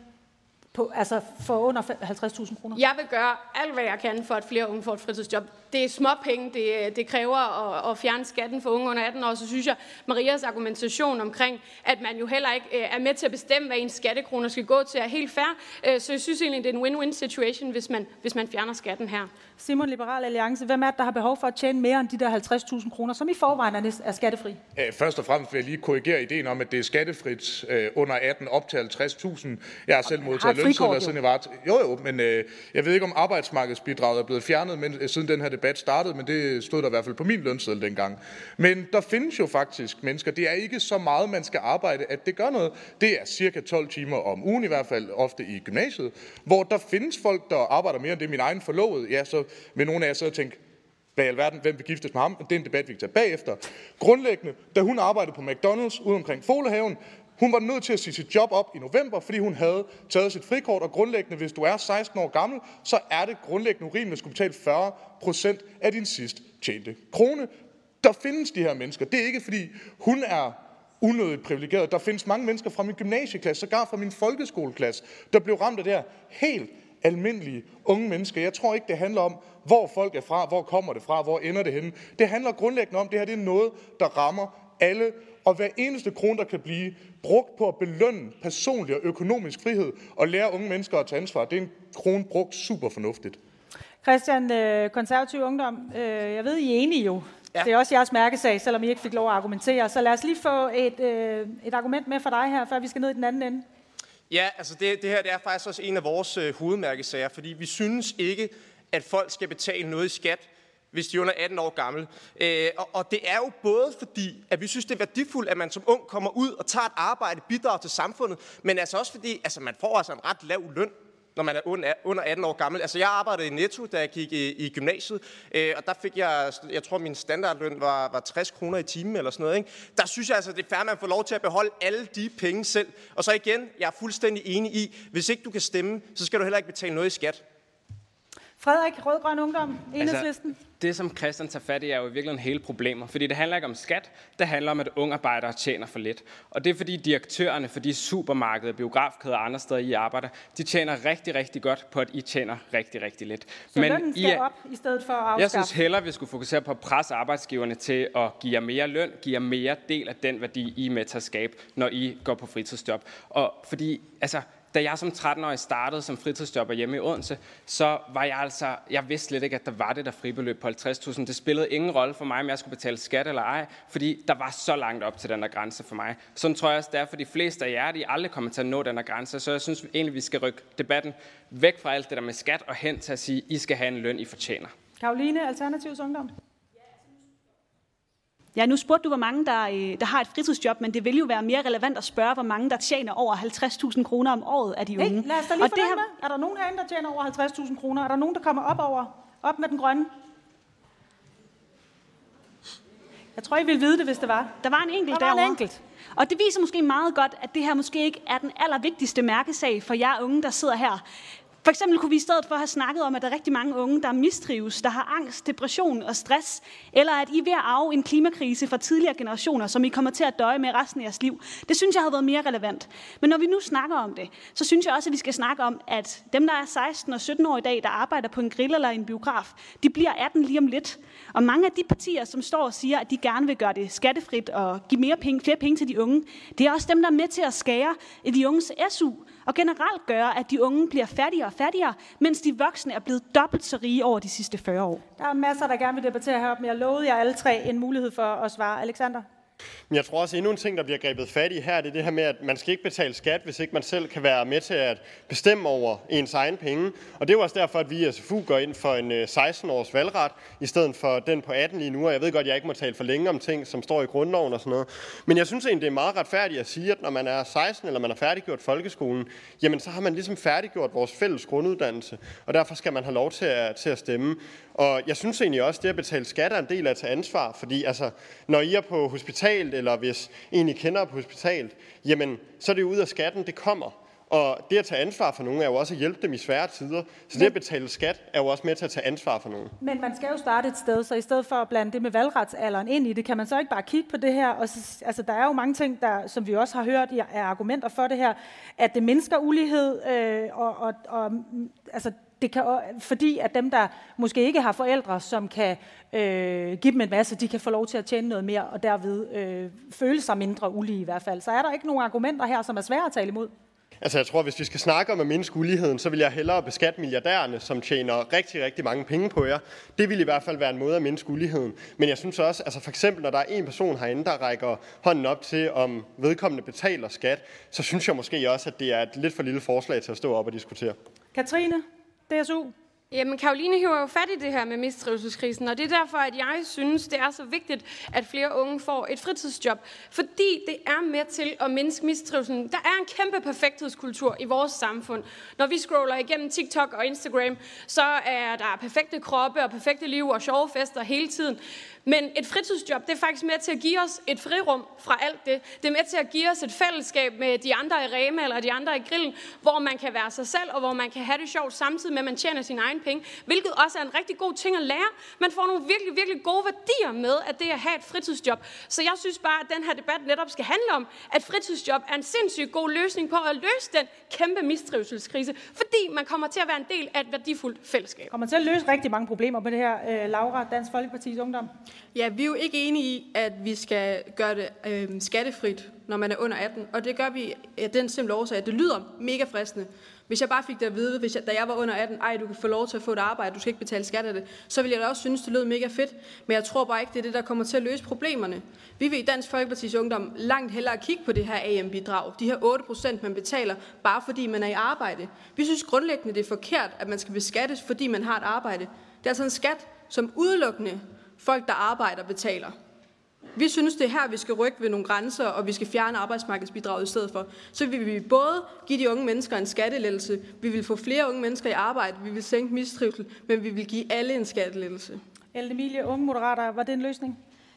for under 50.000 kroner? Jeg vil gøre alt, hvad jeg kan, for at flere unge får et fritidsjob. Det er småpenge, det kræver at fjerne skatten for unge under 18 år. Så synes jeg, Marias argumentation omkring, at man jo heller ikke er med til at bestemme, hvad ens skattekroner skal gå til, er helt fair. Så jeg synes egentlig, det er en win-win situation, hvis man fjerner skatten her. Simon, Liberal Alliance, hvem er det, der har behov for at tjene mere end de der 50.000 kroner, som i forvejen er skattefri? Først og fremmest vil jeg lige korrigere ideen om, at det er skattefrit under 18 op til 50.000. Jeg har selv modtaget lønsedler, siden jeg var... Jo, men jeg ved ikke, om arbejdsmarkedsbidraget er blevet fjernet, siden den her debat startede, men det stod der i hvert fald på min lønseddel dengang. Men der findes jo faktisk mennesker. Det er ikke så meget, man skal arbejde, at det gør noget. Det er cirka 12 timer om ugen, i hvert fald ofte i gymnasiet, hvor der findes folk, der arbejder mere end det min egen forlovede. Ja, så vil nogle af jer så tænke, hvad i alverden, hvem vil giftes med ham? Det er en debat, vi kan tage bagefter. Grundlæggende, da hun arbejdede på McDonald's ude omkring Folehaven, hun var nødt til at sige sit job op i november, fordi hun havde taget sit frikort, og grundlæggende, hvis du er 16 år gammel, så er det grundlæggende urimeligt at skulle betale 40% af din sidst tjente krone. Der findes de her mennesker. Det er ikke, fordi hun er unødigt privilegeret. Der findes mange mennesker fra min gymnasieklasse, sågar fra min folkeskoleklasse, der blev ramt af det her helt almindelige unge mennesker. Jeg tror ikke, det handler om, hvor folk er fra, hvor kommer det fra, hvor ender det henne. Det handler grundlæggende om, det her det er noget, der rammer alle, og hver eneste krone, der kan blive brugt på at belønne personlig og økonomisk frihed og lære unge mennesker at tage ansvar, det er en krone brugt super fornuftigt. Christian, konservativ ungdom, jeg ved, I er enige jo. Ja. Det er også jeres mærkesag, selvom I ikke fik lov at argumentere. Så lad os lige få et argument med for dig her, før vi skal ned i den anden ende. Ja, altså det her det er faktisk også en af vores hovedmærkesager, fordi vi synes ikke, at folk skal betale noget i skat, hvis de er under 18 år gammel. Og det er jo både fordi, at vi synes, det er værdifuldt, at man som ung kommer ud og tager et arbejde, bidrager til samfundet, men altså også fordi, altså man får altså en ret lav løn, når man er under 18 år gammel. Altså jeg arbejdede i Netto, da jeg gik i gymnasiet, og der fik jeg tror min standardløn var 60 kroner i timen eller sådan noget. Ikke? Der synes jeg altså, det er fair, at man får lov til at beholde alle de penge selv. Og så igen, jeg er fuldstændig enig i, hvis ikke du kan stemme, så skal du heller ikke betale noget i skat. Frederik, Rød-Grøn Ungdom, Enhedslisten. Altså, det, som Christian tager fat i, er jo i virkeligheden hele problemer. Fordi det handler ikke om skat, det handler om, at unge arbejdere tjener for lidt. Og det er fordi direktørerne for de supermarkeder, biografkæder og andre steder, I arbejder, de tjener rigtig, rigtig godt på, at I tjener rigtig, rigtig lidt. Så lønnen skal op i stedet for at afskaffe? Jeg synes hellere, vi skulle fokusere på at presse arbejdsgiverne til at give jer mere løn, give jer mere del af den værdi, I er med til at skabe, når I går på fritidsjob. Og fordi, altså... Da jeg som 13-årig startede som fritidsjobber hjemme i Odense, så var jeg vidste slet ikke, at der var det der fribeløb på 50.000. Det spillede ingen rolle for mig, om jeg skulle betale skat eller ej, fordi der var så langt op til den der grænse for mig. Sådan tror jeg også, det er for de fleste af jer, de aldrig kommer til at nå den der grænse. Så jeg synes egentlig, vi skal rykke debatten væk fra alt det der med skat og hen til at sige, I skal have en løn, I fortjener. Caroline, Alternativs Ungdom. Ja, nu spurgte du, hvor mange, der har et fritidsjob, men det vil jo være mere relevant at spørge, hvor mange, der tjener over 50.000 kroner om året af de unge. Hey, lad os da lige få det med. Er der nogen herinde, der tjener over 50.000 kroner? Er der nogen, der kommer op med den grønne? Jeg tror, I ville vide det, hvis det var. Der var en enkelt derovre. Og det viser måske meget godt, at det her måske ikke er den allervigtigste mærkesag for jer unge, der sidder her. For eksempel kunne vi i stedet for have snakket om, at der er rigtig mange unge, der mistrives, der har angst, depression og stress, eller at I er ved at arve en klimakrise fra tidligere generationer, som I kommer til at døje med resten af jeres liv. Det synes jeg havde været mere relevant. Men når vi nu snakker om det, så synes jeg også, at vi skal snakke om, at dem, der er 16 og 17 år i dag, der arbejder på en grill eller en biograf, de bliver 18 lige om lidt. Og mange af de partier, som står og siger, at de gerne vil gøre det skattefrit og give flere penge til de unge, det er også dem, der er med til at skære i de unges SU, og generelt gøre, at de unge bliver fattigere og fattigere, mens de voksne er blevet dobbelt så rige over de sidste 40 år. Der er masser, der gerne vil debattere heroppe, men jeg lovede jer alle tre en mulighed for at svare. Alexander? Men jeg tror også, endnu en ting, der bliver grebet fat i her, det er det her med, at man skal ikke betale skat, hvis ikke man selv kan være med til at bestemme over ens egen penge. Og det er jo også derfor, at vi i SFU går ind for en 16-års valgret, i stedet for den på 18 lige nu. Og jeg ved godt, at jeg ikke må tale for længe om ting, som står i grundloven og sådan noget. Men jeg synes egentlig, det er meget retfærdigt at sige, at når man er 16 eller man har færdiggjort folkeskolen, jamen så har man ligesom færdiggjort vores fælles grunduddannelse. Og derfor skal man have lov til at stemme. Og jeg synes egentlig også, at det at betale skat er en del af at tage ansvar, fordi altså, når I er på hospitalet, eller hvis en I kender på hospitalet, jamen så er det jo ud af skatten, det kommer. Og det at tage ansvar for nogen er jo også at hjælpe dem i svære tider. Så det at betale skat er jo også med til at tage ansvar for nogen. Men man skal jo starte et sted, så i stedet for at blande det med valgretsalderen ind i det, kan man så ikke bare kigge på det her. Og så, altså, der er jo mange ting, som vi også har hørt er argumenter for det her, at det mindsker ulighed, altså det kan, fordi at dem, der måske ikke har forældre, som kan give dem en masse, de kan få lov til at tjene noget mere, og derved føle sig mindre ulige i hvert fald. Så er der ikke nogen argumenter her, som er svære at tale imod? Altså jeg tror, hvis vi skal snakke om at mindske uligheden, så vil jeg hellere beskatte milliardærerne, som tjener rigtig, rigtig mange penge på jer. Det vil i hvert fald være en måde at mindske uligheden. Men jeg synes også, altså for eksempel, når der er en person herinde, der rækker hånden op til, om vedkommende betaler skat, så synes jeg måske også, at det er et lidt for lille forslag til at stå op og diskutere. Katrine, DSU. Jamen, Karoline hiver jo fat i det her med mistrivselskrisen, og det er derfor, at jeg synes, det er så vigtigt, at flere unge får et fritidsjob. Fordi det er med til at mindske mistrivselen. Der er en kæmpe perfekthedskultur i vores samfund. Når vi scroller igennem TikTok og Instagram, så er der perfekte kroppe og perfekte liv og sjove fester hele tiden. Men et fritidsjob, det er faktisk med til at give os et frirum fra alt det. Det er med til at give os et fællesskab med de andre i Rema eller de andre i Grillen, hvor man kan være sig selv, og hvor man kan have det sjovt samtidig med, at man tjener sin egen penge. Hvilket også er en rigtig god ting at lære. Man får nogle virkelig, virkelig gode værdier med, at det at have et fritidsjob. Så jeg synes bare, at den her debat netop skal handle om, at fritidsjob er en sindssygt god løsning på at løse den kæmpe mistrivselskrise. Fordi man kommer til at være en del af et værdifuldt fællesskab. Kommer til at løse rigtig mange problemer med det her, Laura, Dansk Folkepartis Ungdom. Ja, vi er jo ikke enige i, at vi skal gøre det skattefrit, når man er under 18. Og det gør vi af den simple årsag, at det lyder mega fristende. Hvis jeg bare fik det at vide, da jeg var under 18, du kan få lov til at få et arbejde, du skal ikke betale skat af det, så ville jeg da også synes, det lød mega fedt. Men jeg tror bare ikke, det er det, der kommer til at løse problemerne. Vi vil i Dansk Folkepartis Ungdom langt hellere kigge på det her AM-bidrag. De her 8%, man betaler, bare fordi man er i arbejde. Vi synes grundlæggende, det er forkert, at man skal beskattes, fordi man har et arbejde. Det er altså en skat, som udelukkende folk, der arbejder, betaler. Vi synes, det er her, vi skal rykke ved nogle grænser, og vi skal fjerne arbejdsmarkedsbidraget i stedet for. Så vil vi både give de unge mennesker en skattelettelse, vi vil få flere unge mennesker i arbejde, vi vil sænke mistrivsel, men vi vil give alle en skattelettelse. Ellen Emilie, Unge Moderater, var det en løsning?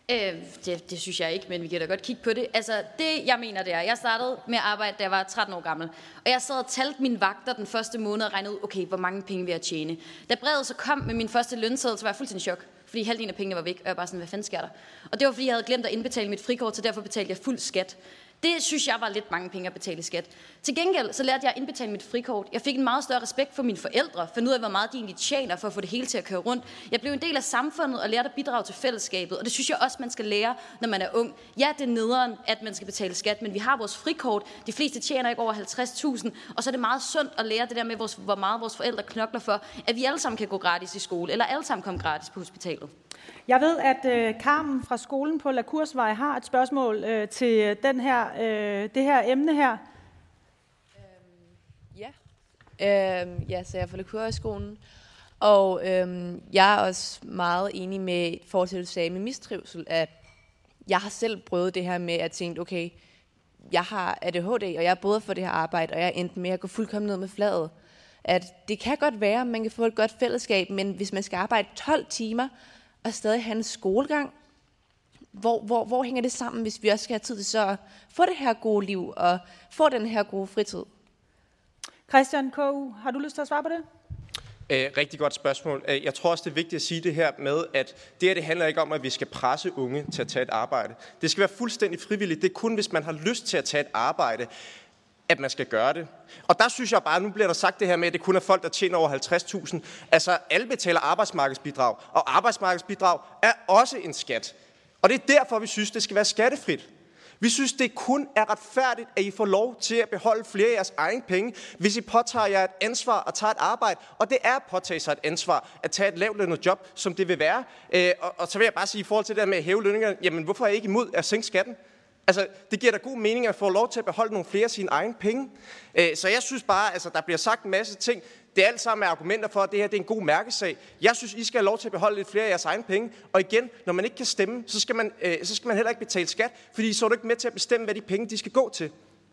Det synes jeg ikke, men vi kan da godt kigge på det. Altså, det jeg mener, det er, jeg startede med at arbejde, da jeg var 13 år gammel. Og jeg sad og talte mine vagter den første måned og regnede ud, okay, hvor mange penge vil jeg tjene. Da brevet så kom med min første lønseddel, så var jeg fuldstændig chok. Fordi halvdelen af pengene var væk, og jeg var bare sådan, hvad fanden sker der? Og det var, fordi jeg havde glemt at indbetale mit frikort, så derfor betalte jeg fuld skat. Det synes jeg var lidt mange penge at betale i skat. Til gengæld så lærte jeg at indbetale mit frikort. Jeg fik en meget større respekt for mine forældre, for nu af, hvor meget de egentlig tjener for at få det hele til at køre rundt. Jeg blev en del af samfundet og lærte at bidrage til fællesskabet, og det synes jeg også, man skal lære, når man er ung. Ja, det er nederen, at man skal betale skat, men vi har vores frikort. De fleste tjener ikke over 50.000, og så er det meget sundt at lære det der med, hvor meget vores forældre knokler for, at vi alle sammen kan gå gratis i skole, eller alle sammen komme gratis på hospitalet. Jeg ved, at Carmen fra skolen på Lakursvej har et spørgsmål til det her emne her. Så jeg er fra Lakurskolen, og jeg er også meget enig med forhold til, at du sagde med mistrivsel, at jeg har selv prøvet det her med at tænke, okay, jeg har ADHD, og jeg er både for det her arbejde, og jeg er endt med at gå fuldkommen ned med fladet. At det kan godt være, at man kan få et godt fællesskab, men hvis man skal arbejde 12 timer, og stadig have en skolegang, hvor hænger det sammen, hvis vi også skal have tid til så at få det her gode liv, og få den her gode fritid? Christian KU, har du lyst til at svare på det? Rigtig godt spørgsmål. Jeg tror også, det er vigtigt at sige det her med, at det handler ikke om, at vi skal presse unge til at tage et arbejde. Det skal være fuldstændig frivilligt. Det er kun, hvis man har lyst til at tage et arbejde, at man skal gøre det. Og der synes jeg bare, nu bliver der sagt det her med, at det kun er folk, der tjener over 50.000. Altså, alle betaler arbejdsmarkedsbidrag, og arbejdsmarkedsbidrag er også en skat. Og det er derfor, vi synes, det skal være skattefrit. Vi synes, det kun er retfærdigt, at I får lov til at beholde flere af jeres egen penge, hvis I påtager jer et ansvar og tager et arbejde. Og det er at påtage sig et ansvar at tage et lavtlønnet job, som det vil være. Og så vil jeg bare sige i forhold til det der med at hæve lønninger, jamen hvorfor er I ikke imod at sænke skatten? Altså, det giver da god mening at få lov til at beholde nogle flere af sine egne penge. Så jeg synes bare, altså, der bliver sagt en masse ting. Det er alt sammen argumenter for, at det her det er en god mærkesag. Jeg synes, I skal have lov til at beholde lidt flere af jeres egne penge. Og igen, når man ikke kan stemme, så skal man heller ikke betale skat, fordi så er du ikke med til at bestemme, hvad de penge de skal gå til.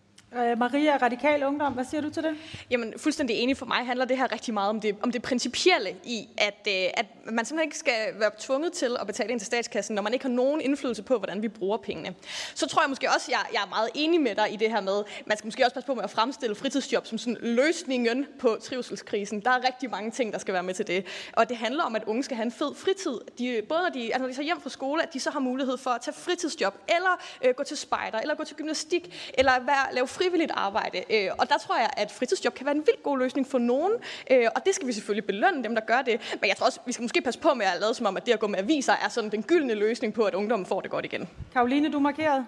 Maria, Radikal Ungdom, hvad siger du til det? Jamen, fuldstændig enig. For mig handler det her rigtig meget om det principielle i, at man simpelthen ikke skal være tvunget til at betale ind til statskassen, når man ikke har nogen indflydelse på, hvordan vi bruger pengene. Så tror jeg måske også, jeg er meget enig med dig i det her med, man skal måske også passe på med at fremstille fritidsjob som sådan løsningen på trivselskrisen. Der er rigtig mange ting, der skal være med til det. Og det handler om, at unge skal have en fed fritid. Både når de tager hjem fra skole, at de så har mulighed for at tage fritidsjob, eller gå til spejder, eller gå til gymnastik, eller lave frivilligt arbejde. Og der tror jeg, at fritidsjob kan være en vildt god løsning for nogen, og det skal vi selvfølgelig belønne dem, der gør det. Men jeg tror også, vi skal måske passe på med at lade som om, at det at gå med aviser er sådan den gyldne løsning på, at ungdommen får det godt igen. Karoline, du markerede.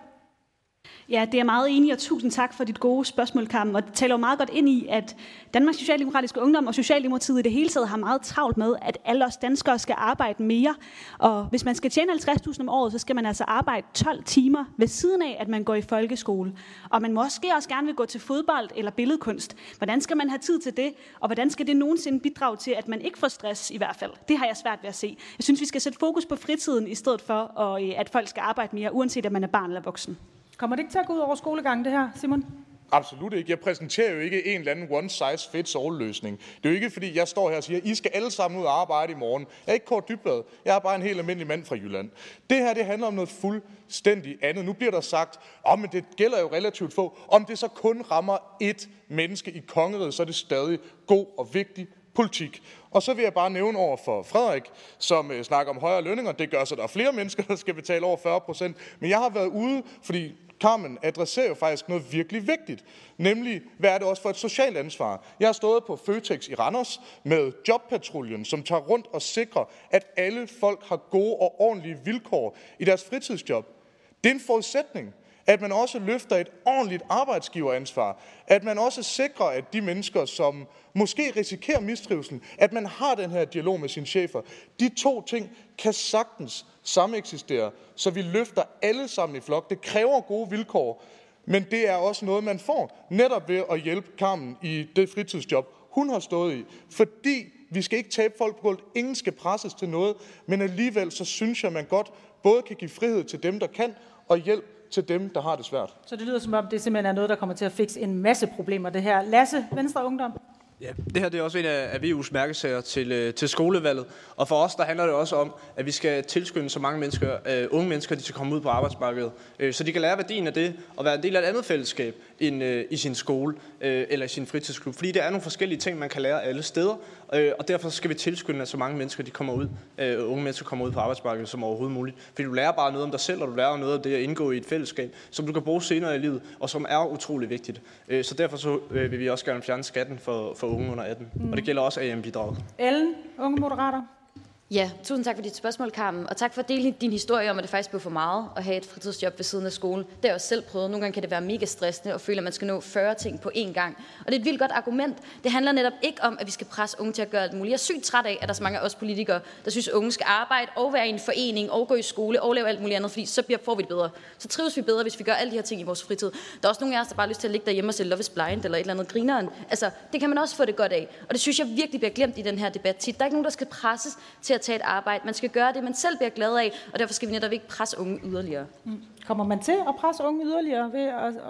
Ja, det er jeg meget enig, og tusind tak for dit gode spørgsmål, Carmen. Og det taler jo meget godt ind i, at Danmarks Socialdemokratiske Ungdom og Socialdemokratiet i det hele taget har meget travlt med, at alle os danskere skal arbejde mere. Og hvis man skal tjene 50.000 om året, så skal man altså arbejde 12 timer ved siden af, at man går i folkeskole. Og man måske også gerne vil gå til fodbold eller billedkunst. Hvordan skal man have tid til det? Og hvordan skal det nogensinde bidrage til, at man ikke får stress i hvert fald? Det har jeg svært ved at se. Jeg synes, vi skal sætte fokus på fritiden i stedet for, at folk skal arbejde mere, uanset om man er barn eller voksen. Kommer det ikke til at gå ud over skolegangen, det her, Simon? Absolut ikke. Jeg præsenterer jo ikke en eller anden one-size-fits-all-løsning. Det er jo ikke, fordi jeg står her og siger, at I skal alle sammen ud og arbejde i morgen. Jeg er ikke Kåre Dybvad. Jeg er bare en helt almindelig mand fra Jylland. Det her, det handler om noget fuldstændig andet. Nu bliver der sagt, men det gælder jo relativt få. Om det så kun rammer ét menneske i kongeriget, så er det stadig god og vigtig politik. Og så vil jeg bare nævne over for Frederik, som snakker om højere lønninger. Det gør så, der er flere mennesker, der skal betale over 40%. Men jeg har været ude, fordi Carmen adresserer jo faktisk noget virkelig vigtigt. Nemlig, hvad er det også for et socialt ansvar? Jeg har stået på Føtex i Randers med Jobpatruljen, som tager rundt og sikrer, at alle folk har gode og ordentlige vilkår i deres fritidsjob. Det er en forudsætning, at man også løfter et ordentligt arbejdsgiveransvar. At man også sikrer, at de mennesker, som måske risikerer mistrivsel, at man har den her dialog med sine chefer. De to ting kan sagtens sameksistere, så vi løfter alle sammen i flok. Det kræver gode vilkår, men det er også noget, man får netop ved at hjælpe Carmen i det fritidsjob, hun har stået i. Fordi vi skal ikke tabe folk på gulvet. Ingen skal presses til noget, men alligevel så synes jeg, man godt både kan give frihed til dem, der kan, og hjælp til dem, der har det svært. Så det lyder som om, det simpelthen er noget, der kommer til at fikse en masse problemer, det her. Lasse, Venstre Ungdom. Ja, det her det er også en af VU's mærkesager til skolevalget. Og for os, der handler det også om, at vi skal tilskynde så mange mennesker, unge mennesker, de skal komme ud på arbejdsmarkedet. Så de kan lære værdien af det, og være en del af et andet fællesskab end i sin skole eller i sin fritidsklub. Fordi der er nogle forskellige ting, man kan lære alle steder. Og derfor skal vi tilskynde, at så mange mennesker, de kommer ud, unge mennesker kommer ud på arbejdsmarkedet som overhovedet muligt. Fordi du lærer bare noget om dig selv, og du lærer noget om det at indgå i et fællesskab, som du kan bruge senere i livet, og som er utrolig vigtigt. Så derfor så vil vi også gerne fjerne skatten for unge under 18. Og det gælder også AM-bidraget. Ellen, Unge Moderater. Ja, tusind tak for dit spørgsmål, Carmen. Og tak for at dele din historie om, at det faktisk blev for meget at have et fritidsjob ved siden af skole. Det har jeg også selv prøvet. Nogle gange kan det være mega stressende og føle, at man skal nå 40 ting på én gang. Og det er et vildt godt argument. Det handler netop ikke om, at vi skal presse unge til at gøre alt muligt. Jeg er sygt træt af, at der er så mange af os politikere, der synes, at unge skal arbejde og være i en forening og gå i skole og lave alt muligt andet, fordi så får vi det bedre. Så trives vi bedre, hvis vi gør alle de her ting i vores fritid. Der er også nogle af os, der bare har lyst til at ligge derhjemme og se Love is Blind eller et eller andet grineren. Altså, det kan man også få det godt af. Og det synes jeg virkelig bliver glemt i den her debat tit. Der er ikke nogen, der skal presses til at tage et arbejde. Man skal gøre det, man selv bliver glad af, og derfor skal vi netop ikke presse unge yderligere. Kommer man til at presse unge yderligere ved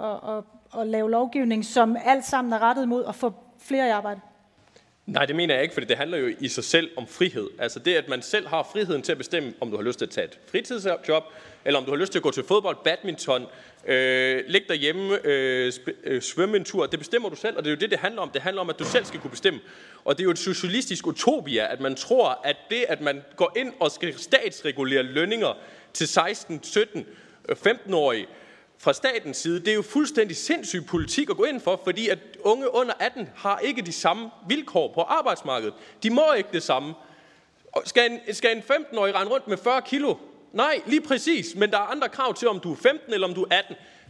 at lave lovgivning, som alt sammen er rettet mod at få flere i arbejde? Nej, det mener jeg ikke, for det handler jo i sig selv om frihed. Altså det, at man selv har friheden til at bestemme, om du har lyst til at tage et fritidsjob, eller om du har lyst til at gå til fodbold, badminton, ligge derhjemme, svømme en tur. Det bestemmer du selv, og det er jo det handler om. Det handler om, at du selv skal kunne bestemme. Og det er jo et socialistisk utopia, at man tror, at det, at man går ind og skal statsregulere lønninger til 16, 17, 15-årige fra statens side, det er jo fuldstændig sindssyg politik at gå ind for, fordi at unge under 18 har ikke de samme vilkår på arbejdsmarkedet. De må ikke det samme. Skal en 15-årig rende rundt med 40 kilo? Nej, lige præcis, men der er andre krav til, om du er 15 eller om du er 18.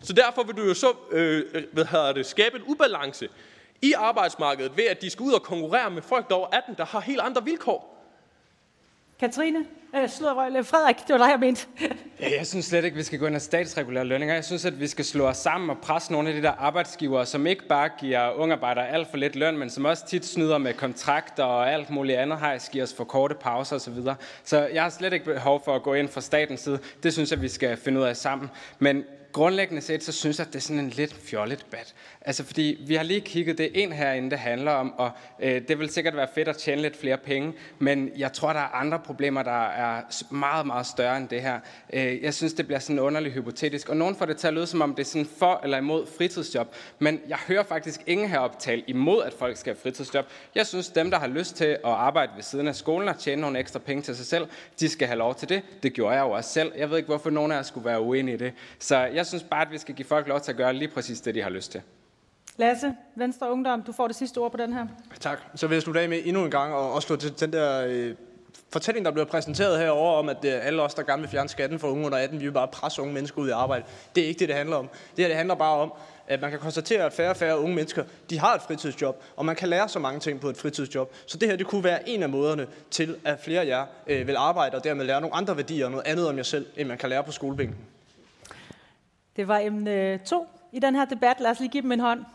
Så derfor vil du jo så skabe en ubalance i arbejdsmarkedet ved, at de skal ud og konkurrere med folk, der over 18, der har helt andre vilkår. Katrine? Frederik, det var dig, jeg mente. Ja, jeg synes slet ikke, vi skal gå ind og statsregulere lønninger. Jeg synes, at vi skal slå os sammen og presse nogle af de der arbejdsgivere, som ikke bare giver ungarbejdere alt for lidt løn, men som også tit snyder med kontrakter og alt muligt andet hejs, giver os for korte pauser osv. Så jeg har slet ikke behov for at gå ind fra statens side. Det synes jeg, vi skal finde ud af sammen. Men grundlæggende set, så synes jeg, at det er sådan en lidt fjollet debat. Altså, fordi vi har lige kigget det ind herinde, det handler om, og det vil sikkert være fedt at tjene lidt flere penge, men jeg tror, der er andre problemer, der er meget, meget større end det her. Jeg synes, det bliver sådan underligt hypotetisk, og nogen får det til at lyde, som om det er sådan for eller imod fritidsjob, men jeg hører faktisk ingen heroppe tale imod, at folk skal have fritidsjob. Jeg synes, dem, der har lyst til at arbejde ved siden af skolen og tjene nogle ekstra penge til sig selv, de skal have lov til det. Det gjorde jeg jo også selv. Jeg ved ikke, hvorfor nogen af jer skulle være uenige i det. Så jeg synes bare, at vi skal give folk lov til at gøre lige præcis det, de har lyst til. Lasse, Venstre Ungdom, du får det sidste ord på den her. Tak. Så vil jeg slutte af med endnu en gang og slå til den der fortælling, der bliver præsenteret herovre om, at alle os, der gerne vil fjerne skatten for unge under 18, vi vil bare presse unge mennesker ud i arbejde. Det er ikke det, det handler om. Det handler bare om, at man kan konstatere, at færre og færre unge mennesker, de har et fritidsjob, og man kan lære så mange ting på et fritidsjob. Så det her, det kunne være en af måderne til, at flere af jer vil arbejde og dermed lære nogle andre værdier og noget andet om jer selv, end man kan lære på skolebænken. Det var emne 2 i den her debat. Lad os lige give dem en hånd.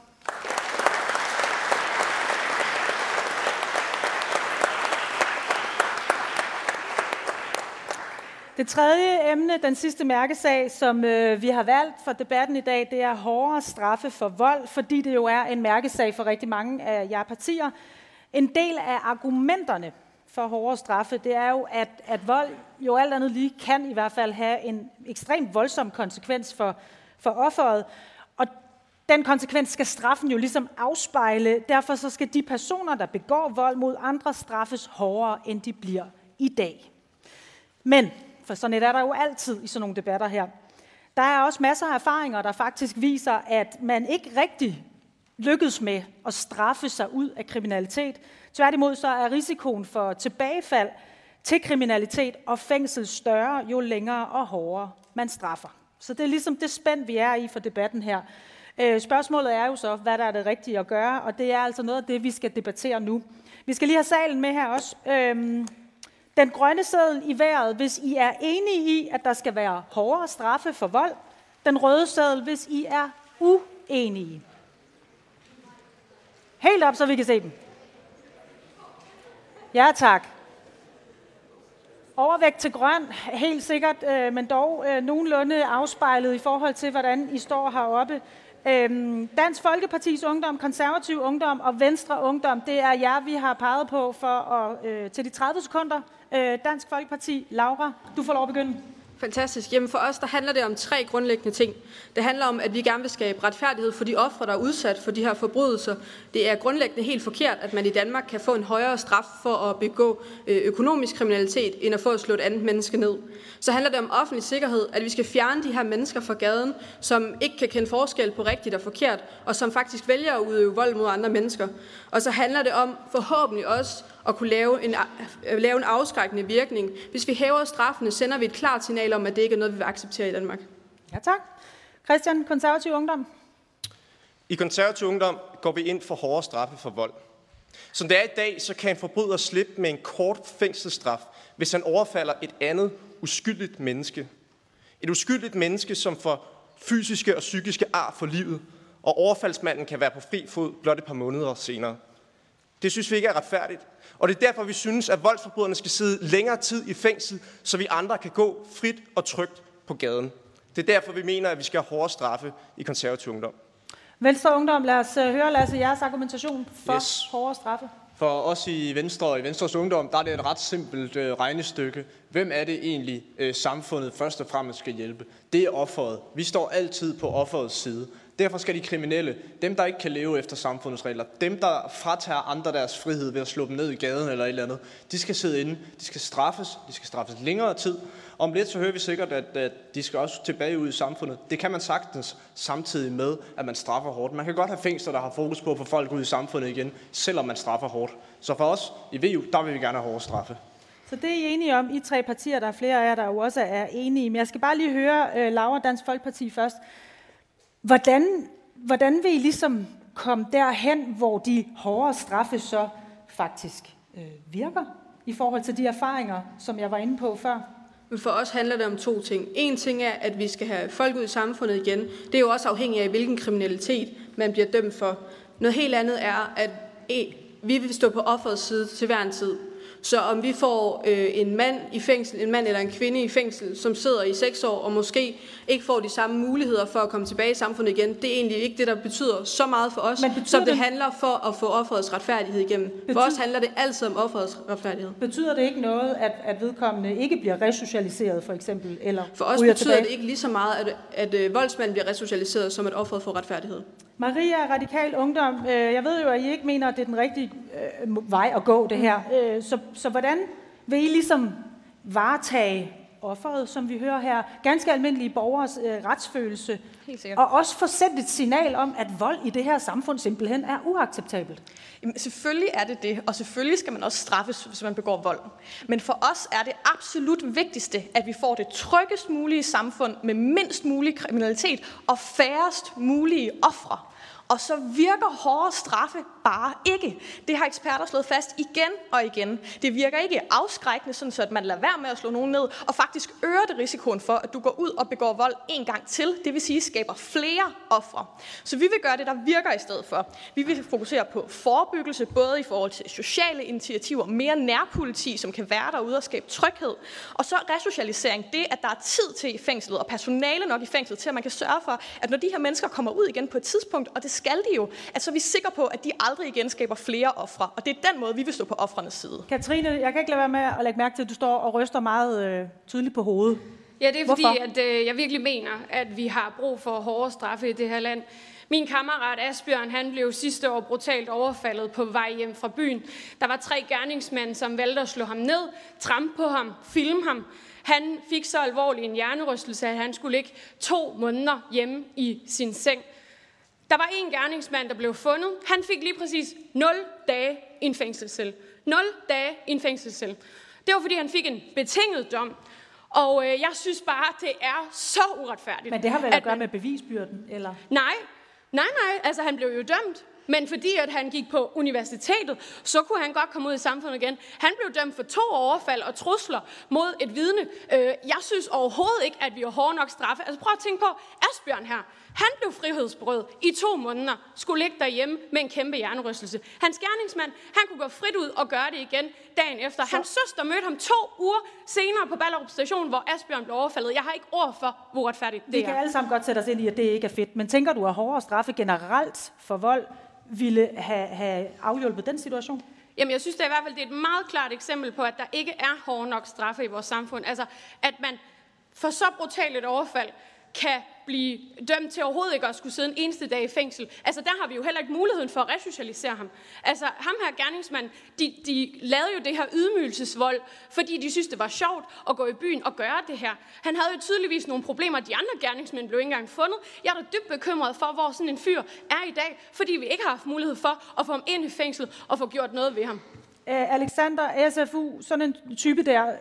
Det tredje emne, den sidste mærkesag, som vi har valgt for debatten i dag, det er hårdere straffe for vold, fordi det jo er en mærkesag for rigtig mange af jer partier. En del af argumenterne for hårdere straffe, det er jo, at vold jo alt andet lige kan i hvert fald have en ekstremt voldsom konsekvens for offeret. Og den konsekvens skal straffen jo ligesom afspejle. Derfor så skal de personer, der begår vold mod andre, straffes hårdere, end de bliver i dag. Men, for sådan er der jo altid i sådan nogle debatter her, der er også masser af erfaringer, der faktisk viser, at man ikke rigtig lykkes med at straffe sig ud af kriminalitet. Tværtimod så er risikoen for tilbagefald til kriminalitet og fængsel større, jo længere og hårdere man straffer. Så det er ligesom det spænd, vi er i for debatten her. Spørgsmålet er jo så, hvad der er det rigtige at gøre, og det er altså noget af det, vi skal debattere nu. Vi skal lige have salen med her også. Den grønne seddel i vejret, hvis I er enige i, at der skal være hårdere straffe for vold. Den røde seddel, hvis I er uenige. Helt op, så vi kan se dem. Ja, tak. Overvægt til grøn, helt sikkert, men dog nogenlunde afspejlet i forhold til, hvordan I står heroppe. Dansk Folkepartis Ungdom, Konservativ Ungdom og Venstre Ungdom, det er jer, vi har peget på til de 30 sekunder. Dansk Folkeparti, Laura, du får lov at begynde. Fantastisk. Jamen for os, der handler det om 3 grundlæggende ting. Det handler om, at vi gerne vil skabe retfærdighed for de ofre, der er udsat for de her forbrydelser. Det er grundlæggende helt forkert, at man i Danmark kan få en højere straf for at begå økonomisk kriminalitet, end at få at slå et andet menneske ned. Så handler det om offentlig sikkerhed, at vi skal fjerne de her mennesker fra gaden, som ikke kan kende forskel på rigtigt og forkert, og som faktisk vælger at udøve vold mod andre mennesker. Og så handler det om forhåbentlig også at kunne lave en afskrækkende virkning. Hvis vi hæver straffene, sender vi et klart signal om, at det ikke er noget, vi vil acceptere i Danmark. Ja, tak. Christian, Konservativ Ungdom. I Konservativ Ungdom går vi ind for hårdere straffe for vold. Som det er i dag, så kan en forbryder slippe med en kort fængselsstraf, hvis han overfalder et andet uskyldigt menneske. Et uskyldigt menneske, som får fysiske og psykiske ar for livet, og overfaldsmanden kan være på fri fod blot et par måneder senere. Det synes vi ikke er retfærdigt, og det er derfor, vi synes, at voldsforbryderne skal sidde længere tid i fængsel, så vi andre kan gå frit og trygt på gaden. Det er derfor, vi mener, at vi skal have hårdere straffe i Konservativ Ungdom. Venstre Ungdom, lad os høre, Lasse, jeres argumentation for hårdere straffe. For os i Venstre og i Venstres Ungdom, der er det et ret simpelt regnestykke. Hvem er det egentlig, samfundet først og fremmest skal hjælpe? Det er offeret. Vi står altid på offerets side. Derfor skal de kriminelle, dem der ikke kan leve efter samfundets regler, dem der fratager andre deres frihed ved at slå dem ned i gaden eller et eller andet, de skal sidde inde, de skal straffes længere tid. Om lidt så hører vi sikkert, at de skal også tilbage ud i samfundet. Det kan man sagtens samtidig med, at man straffer hårdt. Man kan godt have fængsler, der har fokus på at få folk ud i samfundet igen, selvom man straffer hårdt. Så for os i VU, der vil vi gerne have hårde straffe. Så det er I enige om, I 3 partier, der er flere af jer, der jo også er enige. Men jeg skal bare lige høre Laura, Dansk Folkeparti først. Hvordan vil I ligesom komme derhen, hvor de hårdere straffe så faktisk virker i forhold til de erfaringer, som jeg var inde på før? Men for os handler det om to ting. En ting er, at vi skal have folk ud i samfundet igen. Det er jo også afhængigt af, hvilken kriminalitet man bliver dømt for. Noget helt andet er, at vi vil stå på offerets side til hver en tid. Så om vi får en mand i fængsel, en mand eller en kvinde i fængsel, som sidder i 6 år og måske ikke får de samme muligheder for at komme tilbage i samfundet igen, det er egentlig ikke det, der betyder så meget for os, som det handler for at få offerets retfærdighed igennem. For os handler det altid om offerets retfærdighed. Betyder det ikke noget, at vedkommende ikke bliver resocialiseret, for eksempel? Eller for os betyder det ikke lige så meget, at voldsmanden bliver resocialiseret, som at offeret får retfærdighed. Maria, Radikal Ungdom, jeg ved jo, at I ikke mener, at det er den rigtige vej at gå, det her. Så hvordan vil I ligesom varetage offeret, som vi hører her, ganske almindelige borgers retsfølelse, og også få sendt et signal om, at vold i det her samfund simpelthen er uacceptabelt? Jamen, selvfølgelig er det, og selvfølgelig skal man også straffes, hvis man begår vold. Men for os er det absolut vigtigste, at vi får det tryggest mulige samfund med mindst mulig kriminalitet og færrest mulige ofre. Og så virker hårde straffe bare ikke. Det har eksperter slået fast igen og igen. Det virker ikke afskrækkende, sådan så at man lader være med at slå nogen ned, og faktisk øger det risikoen for, at du går ud og begår vold en gang til. Det vil sige, skaber flere ofre. Så vi vil gøre det, der virker i stedet for. Vi vil fokusere på forebyggelse, både i forhold til sociale initiativer, mere nærpoliti, som kan være derude og skabe tryghed. Og så resocialisering, det at der er tid til i fængslet, og personale nok i fængslet, til at man kan sørge for, at når de her mennesker kommer ud igen på et tidspunkt, og det skal de jo, at så er vi sikre på, at de aldrig igen skaber flere ofre. Og det er den måde, vi vil stå på ofrenes side. Katrine, jeg kan ikke lade være med at lægge mærke til, at du står og ryster meget tydeligt på hovedet. Ja, det er fordi, at jeg virkelig mener, at vi har brug for hårde straffe i det her land. Min kammerat Asbjørn, han blev sidste år brutalt overfaldet på vej hjem fra byen. Der var 3 gerningsmænd, som valgte at slå ham ned, trampe på ham, filme ham. Han fik så alvorlig en hjernerystelse, at han skulle ligge 2 måneder hjemme i sin seng. Der var en gerningsmand, der blev fundet. Han fik lige præcis 0 dage i en fængselscelle. 0 dage i en fængselscelle. Det var, fordi han fik en betinget dom. Og jeg synes bare, det er så uretfærdigt. Men det har vel at gøre med bevisbyrden, eller? Nej. Altså, han blev jo dømt. Men fordi at han gik på universitetet, så kunne han godt komme ud i samfundet igen. Han blev dømt for 2 overfald og trusler mod et vidne. Jeg synes overhovedet ikke, at vi har hårde nok straffe. Altså prøv at tænke på, Asbjørn her, han blev frihedsberøvet i 2 måneder, skulle ligge derhjemme med en kæmpe hjernerystelse. Hans gerningsmand, han kunne gå frit ud og gøre det igen dagen efter. Hans søster mødte ham 2 uger senere på Ballerup Station, hvor Asbjørn blev overfaldet. Jeg har ikke ord for, hvor retfærdigt det er. Vi kan alle sammen godt sætte os ind i, at det ikke er fedt. Men tænker du, at hårdere straffe generelt for vold ville have afhjulpet den situation? Jamen, jeg synes det er i hvert fald, det er et meget klart eksempel på, at der ikke er hårde nok straffe i vores samfund. Altså, at man for så brutalt et overfald kan blive dømt til overhovedet ikke at skulle sidde en eneste dag i fængsel. Altså, der har vi jo heller ikke muligheden for at resocialisere ham. Altså, ham her gerningsmand, de lavede jo det her ydmygelsesvold, fordi de synes, det var sjovt at gå i byen og gøre det her. Han havde jo tydeligvis nogle problemer. De andre gerningsmænd blev ikke engang fundet. Jeg er da dybt bekymret for, hvor sådan en fyr er i dag, fordi vi ikke har haft mulighed for at få ham ind i fængsel og få gjort noget ved ham. Alexander, SFU, sådan en type der...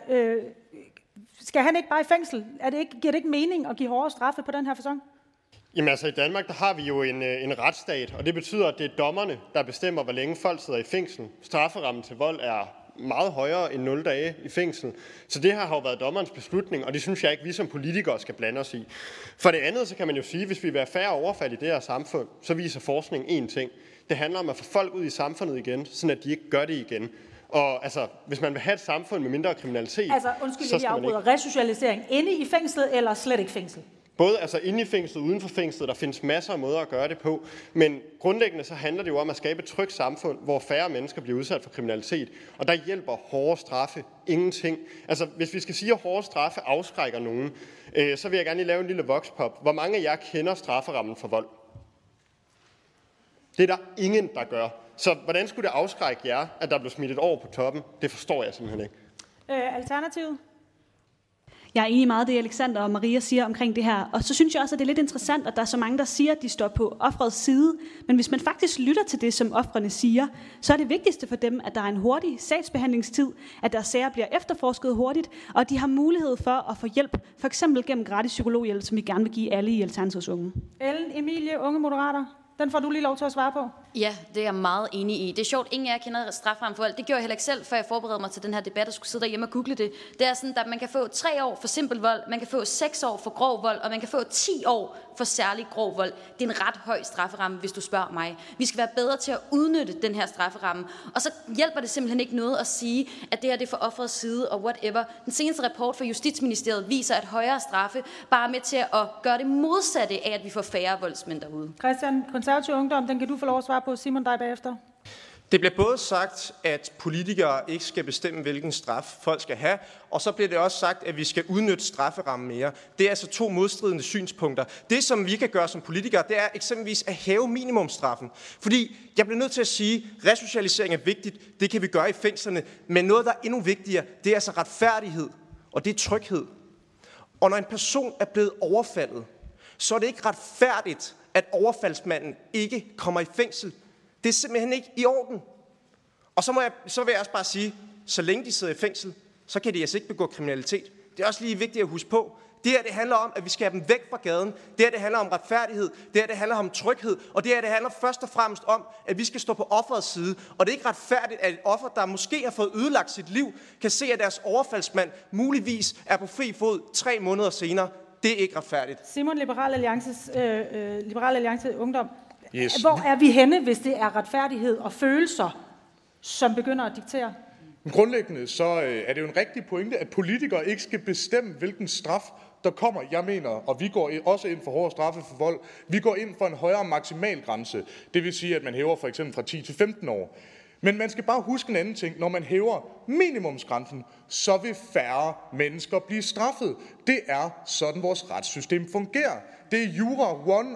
Skal han ikke bare i fængsel? Giver det ikke mening at give hårdere straffe på den her facon? Jamen altså i Danmark, der har vi jo en retsstat, og det betyder, at det er dommerne, der bestemmer, hvor længe folk sidder i fængsel. Strafferammen til vold er meget højere end 0 dage i fængsel. Så det her har jo været dommerens beslutning, og det synes jeg ikke, vi som politikere skal blande os i. For det andet, så kan man jo sige, at hvis vi vil have færre overfald i det her samfund, så viser forskning én ting. Det handler om at få folk ud i samfundet igen, sådan at de ikke gør det igen. Og altså, hvis man vil have et samfund med mindre kriminalitet... Altså, undskyld, jeg afbryder. Resocialisering inde i fængslet eller slet ikke fængsel? Både altså inde i fængslet og uden for fængslet. Der findes masser af måder at gøre det på. Men grundlæggende så handler det jo om at skabe et trygt samfund, hvor færre mennesker bliver udsat for kriminalitet. Og der hjælper hårde straffe ingenting. Altså, hvis vi skal sige, at hårde straffe afskrækker nogen, så vil jeg gerne lige lave en lille voxpop. Hvor mange af jer kender strafferammen for vold? Det er der ingen, der gør. Så hvordan skulle det afskrække jer, at der blev smidt et år på toppen? Det forstår jeg simpelthen ikke. Alternativet? Jeg er enig meget det, Alexander og Maria siger omkring det her. Og så synes jeg også, at det er lidt interessant, at der er så mange, der siger, at de står på offerets side. Men hvis man faktisk lytter til det, som ofrene siger, så er det vigtigste for dem, at der er en hurtig sagsbehandlingstid, at deres sager bliver efterforsket hurtigt, og at de har mulighed for at få hjælp, for eksempel gennem gratis psykologhjælp, som vi gerne vil give alle i Alternativets Unge. Ellen Emilie, Unge Moderater. Den får du lige lov til at svare på. Ja, det er jeg meget enig i. Det er sjovt, ingen af jer kender strafferammen for vold. Det gjorde jeg heller ikke selv, før jeg forberedte mig til den her debat og skulle sidde derhjemme og google det. Det er sådan, at man kan få 3 år for simpel vold, man kan få 6 år for grov vold, og man kan få 10 år for særlig grov vold. Det er en ret høj strafferamme, hvis du spørger mig. Vi skal være bedre til at udnytte den her strafferamme. Og så hjælper det simpelthen ikke noget at sige, at det her det er for offerets side og whatever. Den seneste rapport fra Justitsministeriet viser, at højere straffe bare er med til at gøre det modsatte af, at vi får færre voldsmænd derude. Christian, Konservativ Ungdom, den kan du få lov at svare på. Simon, dig bagefter. Det bliver både sagt, at politikere ikke skal bestemme, hvilken straf folk skal have, og så bliver det også sagt, at vi skal udnytte strafferammen mere. Det er altså 2 modstridende synspunkter. Det, som vi kan gøre som politikere, det er eksempelvis at hæve minimumsstraffen. Fordi jeg bliver nødt til at sige, at resocialisering er vigtigt, det kan vi gøre i fængslerne, men noget, der er endnu vigtigere, det er altså retfærdighed, og det er tryghed. Og når en person er blevet overfaldet, så er det ikke retfærdigt, at overfaldsmanden ikke kommer i fængsel. Det er simpelthen ikke i orden. Og så vil jeg også bare sige, så længe de sidder i fængsel, så kan de altså ikke begå kriminalitet. Det er også lige vigtigt at huske på. Det her, det handler om, at vi skal have dem væk fra gaden. Det her, det handler om retfærdighed. Det her, det handler om tryghed. Og det her, det handler først og fremmest om, at vi skal stå på offerets side. Og det er ikke retfærdigt, at et offer, der måske har fået ødelagt sit liv, kan se, at deres overfaldsmand muligvis er på fri fod 3 måneder senere. Det er ikke retfærdigt. Simon, Liberal Alliance Ungdom. Yes. Hvor er vi henne, hvis det er retfærdighed og følelser, som begynder at diktere? Grundlæggende så er det jo en rigtig pointe, at politikere ikke skal bestemme, hvilken straf der kommer. Jeg mener, og vi går også ind for hårdere straffe for vold, vi går ind for en højere maksimalgrænse. Det vil sige, at man hæver for eksempel fra 10 til 15 år. Men man skal bare huske en anden ting. Når man hæver minimumsgrænsen, så vil færre mennesker blive straffet. Det er sådan, vores retssystem fungerer. Det er jura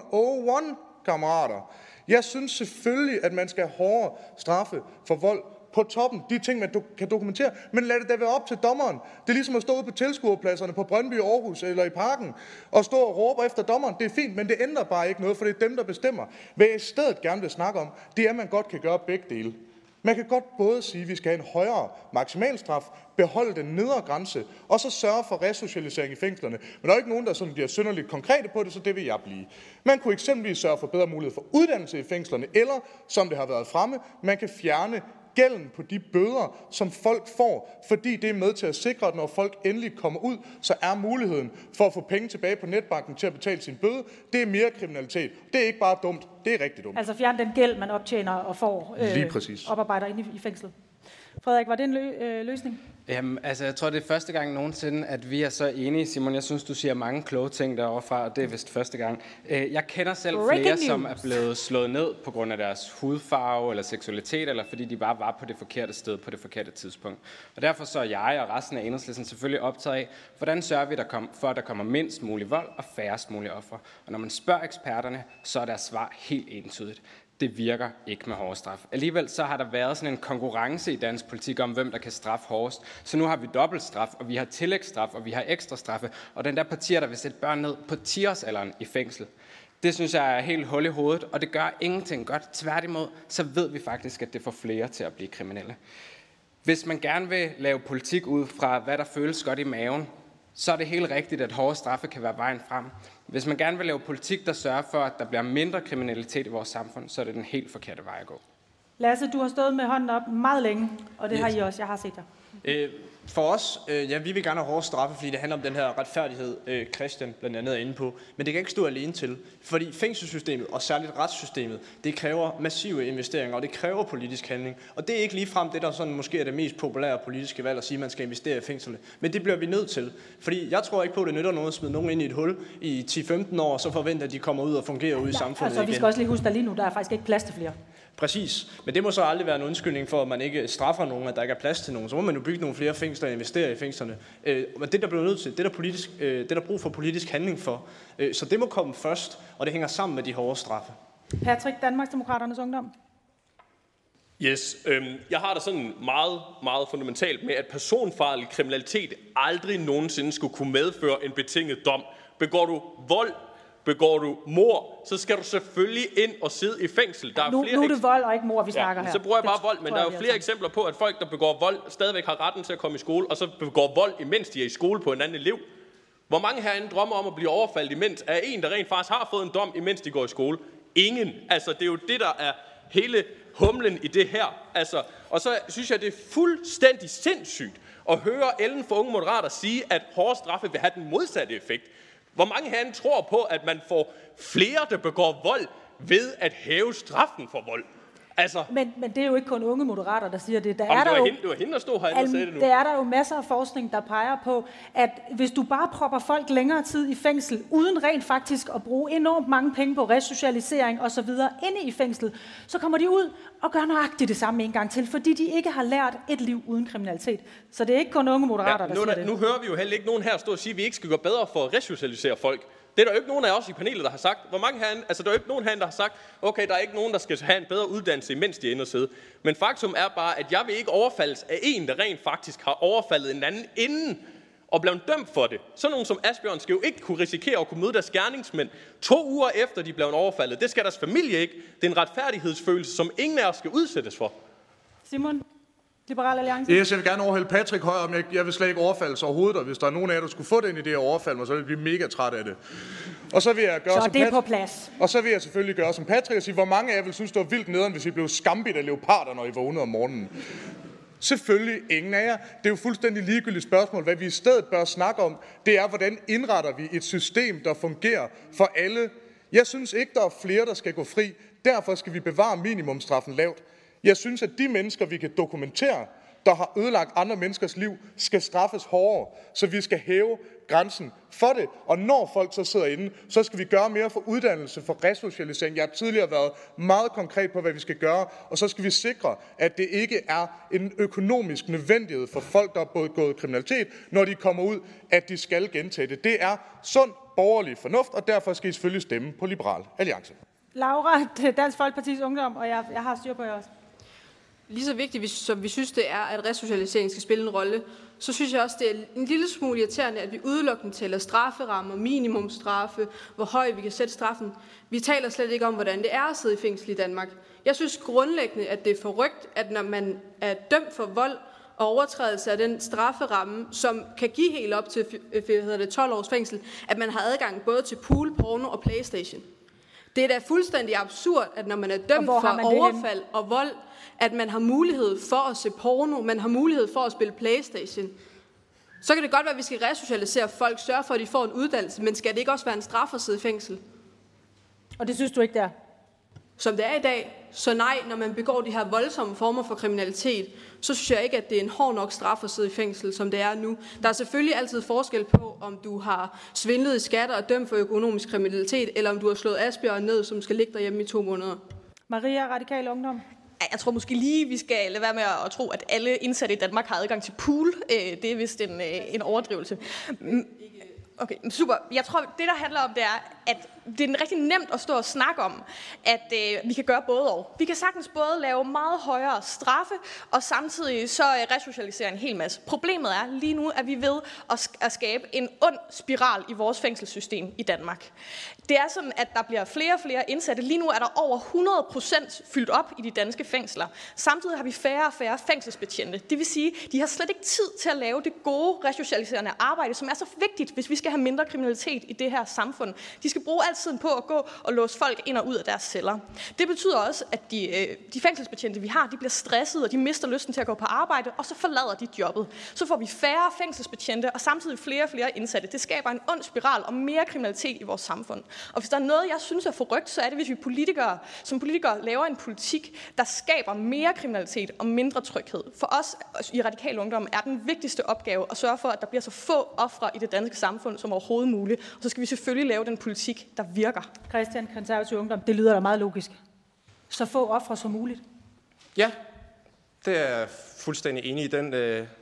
101, kammerater. Jeg synes selvfølgelig, at man skal have hårdere straffe for vold på toppen. De ting, man kan dokumentere. Men lad det da være op til dommeren. Det er ligesom at stå ude på tilskuerpladserne på Brøndby, Aarhus eller i Parken og stå og råbe efter dommeren. Det er fint, men det ændrer bare ikke noget, for det er dem, der bestemmer. Hvad jeg i stedet gerne vil snakke om, det er, at man godt kan gøre begge dele. Man kan godt både sige, at vi skal have en højere maksimalstraf, beholde den nedre grænse, og så sørge for resocialisering i fængslerne. Men der er ikke nogen, der sådan bliver synderligt konkrete på det, så det vil jeg blive. Man kunne eksempelvis sørge for bedre mulighed for uddannelse i fængslerne, eller, som det har været fremme, man kan fjerne gælden på de bøder, som folk får, fordi det er med til at sikre, at når folk endelig kommer ud, så er muligheden for at få penge tilbage på netbanken til at betale sin bøde. Det er mere kriminalitet. Det er ikke bare dumt, det er rigtig dumt. Altså fjerne den gæld, man optjener og får oparbejder inde i fængslet. Frederik, var det en løsning? Jamen, altså, jeg tror, det er første gang nogensinde, at vi er så enige, Simon. Jeg synes, du siger mange kloge ting derovre fra, og det er vist første gang. Jeg kender selv flere, som er blevet slået ned på grund af deres hudfarve eller seksualitet, eller fordi de bare var på det forkerte sted på det forkerte tidspunkt. Og derfor så er jeg og resten af Enhedslisten selvfølgelig optaget af, hvordan sørger vi for, at der kommer mindst mulig vold og færrest mulige ofre. Og når man spørger eksperterne, så er deres svar helt entydigt. Det virker ikke med hårde straf. Alligevel så har der været sådan en konkurrence i dansk politik om, hvem der kan straffe hårdest. Så nu har vi dobbeltstraf, og vi har tillægsstraf, og vi har ekstra straffe. Og den der partier, der vil sætte børn ned på 10-årsalderen i fængsel. Det synes jeg er helt hul i hovedet, og det gør ingenting godt. Tværtimod, så ved vi faktisk, at det får flere til at blive kriminelle. Hvis man gerne vil lave politik ud fra, hvad der føles godt i maven, så er det helt rigtigt, at hårde straffe kan være vejen frem. Hvis man gerne vil lave politik, der sørger for, at der bliver mindre kriminalitet i vores samfund, så er det den helt forkerte vej at gå. Lasse, du har stået med hånden op meget længe, og det har I også. Jeg har set jer. For os, vi vil gerne have hårde straffe, fordi det handler om den her retfærdighed, Christian blandt andet er inde på. Men det kan ikke stå alene til, fordi fængselssystemet og særligt retssystemet, det kræver massive investeringer, og det kræver politisk handling. Og det er ikke ligefrem det, der sådan måske er det mest populære politiske valg at sige, at man skal investere i fængslerne. Men det bliver vi nødt til, fordi jeg tror ikke på, at det nytter noget at smide nogen ind i et hul i 10-15 år, og så forventer, at de kommer ud og fungerer ude i samfundet altså, igen. Vi skal også lige huske, at lige nu der er faktisk ikke plads til flere. Præcis, men det må så aldrig være en undskyldning for, at man ikke straffer nogen, at der ikke er plads til nogen. Så må man jo bygge nogle flere fængsler og investere i fængslerne. Men det der bliver nødt til, det er der brug for politisk handling for. Så det må komme først, og det hænger sammen med de hårde straffe. Patrick, Danmarksdemokraternes Ungdom. Yes, jeg har det sådan meget, meget fundamentalt med, at personfarlig kriminalitet aldrig nogensinde skulle kunne medføre en betinget dom. Begår du vold, begår du mord, så skal du selvfølgelig ind og sidde i fængsel. Der er nu er det vold og ikke mord, vi snakker her. Så bruger jeg bare vold, men der er jo flere eksempler på, at folk, der begår vold, stadigvæk har retten til at komme i skole, og så begår vold, imens de er i skole på en anden elev. Hvor mange herinde drømmer om at blive overfaldet imens er en, der rent faktisk har fået en dom, imens de går i skole? Ingen. Altså, det er jo det, der er hele humlen i det her. Altså, og så synes jeg, det er fuldstændig sindssygt at høre Ellen fra Unge Moderater sige, at hårde straffe vil have den modsatte effekt. Hvor mange herinde tror på, at man får flere, der begår vold, ved at hæve straffen for vold? Altså, men det er jo ikke kun Unge Moderater, der siger det. Det var hende, der stod herinde og sagde det nu. Der er der jo masser af forskning, der peger på, at hvis du bare propper folk længere tid i fængsel, uden rent faktisk at bruge enormt mange penge på resocialisering osv. inde i fængslet, så kommer de ud og gør nøjagtigt det samme en gang til, fordi de ikke har lært et liv uden kriminalitet. Så det er ikke kun Unge Moderater, der siger det. Nu hører vi jo heller ikke nogen her stå og sige, at vi ikke skal gøre bedre for at resocialisere folk. Det er der jo ikke nogen af os i panelet, der har sagt. Hvor mange herinde, altså der er jo ikke nogen herinde, der har sagt, okay, der er ikke nogen, der skal have en bedre uddannelse, imens de er inde og sidde. Men faktum er bare, at jeg vil ikke overfaldes af en, der rent faktisk har overfaldet en anden inden og blevet dømt for det. Sådan nogen som Asbjørn skal jo ikke kunne risikere at kunne møde deres gerningsmænd 2 uger efter, de blev overfaldet. Det skal deres familie ikke. Det er en retfærdighedsfølelse, som ingen af os skal udsættes for. Simon? Liberal Alliance? Yes, jeg vil gerne overhælde Patrick højere, men jeg vil slet ikke overfaldes overhovedet, og hvis der er nogen af jer, der skulle få den idé at overfalde mig, så vil jeg blive mega træt af det. Og så vil jeg gøre så det er på plads. Og så vil jeg selvfølgelig gøre som Patrick og sige, hvor mange af jer vil synes, det var vildt nederen, hvis I blev skambidt af leoparder, når I vågnede om morgenen. Selvfølgelig ingen af jer. Det er jo fuldstændig ligegyldigt spørgsmål. Hvad vi i stedet bør snakke om, det er, hvordan indretter vi et system, der fungerer for alle. Jeg synes ikke, der er flere, der skal gå fri. Derfor skal vi bevare minimumstraffen lavt. Jeg synes, at de mennesker, vi kan dokumentere, der har ødelagt andre menneskers liv, skal straffes hårdere. Så vi skal hæve grænsen for det. Og når folk så sidder inde, så skal vi gøre mere for uddannelse, for resocialisering. Jeg har tidligere været meget konkret på, hvad vi skal gøre. Og så skal vi sikre, at det ikke er en økonomisk nødvendighed for folk, der har begået kriminalitet, når de kommer ud, at de skal gentage det. Det er sund borgerlig fornuft, og derfor skal I selvfølgelig stemme på Liberal Alliance. Laura, Dansk Folkepartis Ungdom, og jeg har styr på jer også. Lige så vigtigt, som vi synes, det er, at resocialisering skal spille en rolle, så synes jeg også, det er en lille smule irriterende, at vi udelukkende tæller strafferammer, minimumstraffe, hvor høj vi kan sætte straffen. Vi taler slet ikke om, hvordan det er at sidde i fængsel i Danmark. Jeg synes grundlæggende, at det er forrygt, at når man er dømt for vold og overtrædelse af den strafferamme, som kan give helt op til 12 års fængsel, at man har adgang både til pool, porno og PlayStation. Det er da fuldstændig absurd, at når man er dømt for overfald og vold, at man har mulighed for at se porno, man har mulighed for at spille PlayStation. Så kan det godt være, at vi skal resocialisere folk, sørge for, at de får en uddannelse, men skal det ikke også være en straf at sidde i fængsel? Og det synes du ikke, der? Som det er i dag, så nej, når man begår de her voldsomme former for kriminalitet, så synes jeg ikke, at det er en hård nok straf at sidde i fængsel, som det er nu. Der er selvfølgelig altid forskel på, om du har svindlet i skatter og dømt for økonomisk kriminalitet, eller om du har slået Asbjørn ned, som skal ligge derhjemme i 2 måneder. Maria, Radikal Ungdom. Jeg tror måske lige, vi skal lade være med at tro, at alle indsatte i Danmark har adgang til pool. Det er vist en overdrivelse. Okay, super. Jeg tror, det der handler om, det er, at det er rigtig nemt at stå og snakke om, at vi kan gøre både og. Vi kan sagtens både lave meget højere straffe, og samtidig så resocialisere en hel masse. Problemet er lige nu, at vi ved at skabe en ond spiral i vores fængselssystem i Danmark. Det er sådan, at der bliver flere og flere indsatte. Lige nu er der over 100% fyldt op i de danske fængsler. Samtidig har vi færre og færre fængselsbetjente. Det vil sige, de har slet ikke tid til at lave det gode resocialiserende arbejde, som er så vigtigt, hvis vi skal have mindre kriminalitet i det her samfund. De skal bruge al tiden på at gå og låse folk ind og ud af deres celler. Det betyder også, at de fængselsbetjente, vi har, de bliver stressede, og de mister lysten til at gå på arbejde, og så forlader de jobbet. Så får vi færre fængselsbetjente, og samtidig flere og flere indsatte. Det skaber en ond spiral og mere kriminalitet i vores samfund. Og hvis der er noget, jeg synes er forrygt, så er det, hvis vi som politikere laver en politik, der skaber mere kriminalitet og mindre tryghed. For os i Radikal Ungdom er den vigtigste opgave at sørge for, at der bliver så få ofre i det danske samfund som overhovedet muligt. Og så skal vi selvfølgelig lave den politik, der virker. Christian, Konservativ Ungdom, det lyder da meget logisk. Så få ofre som muligt. Ja, det er jeg fuldstændig enig i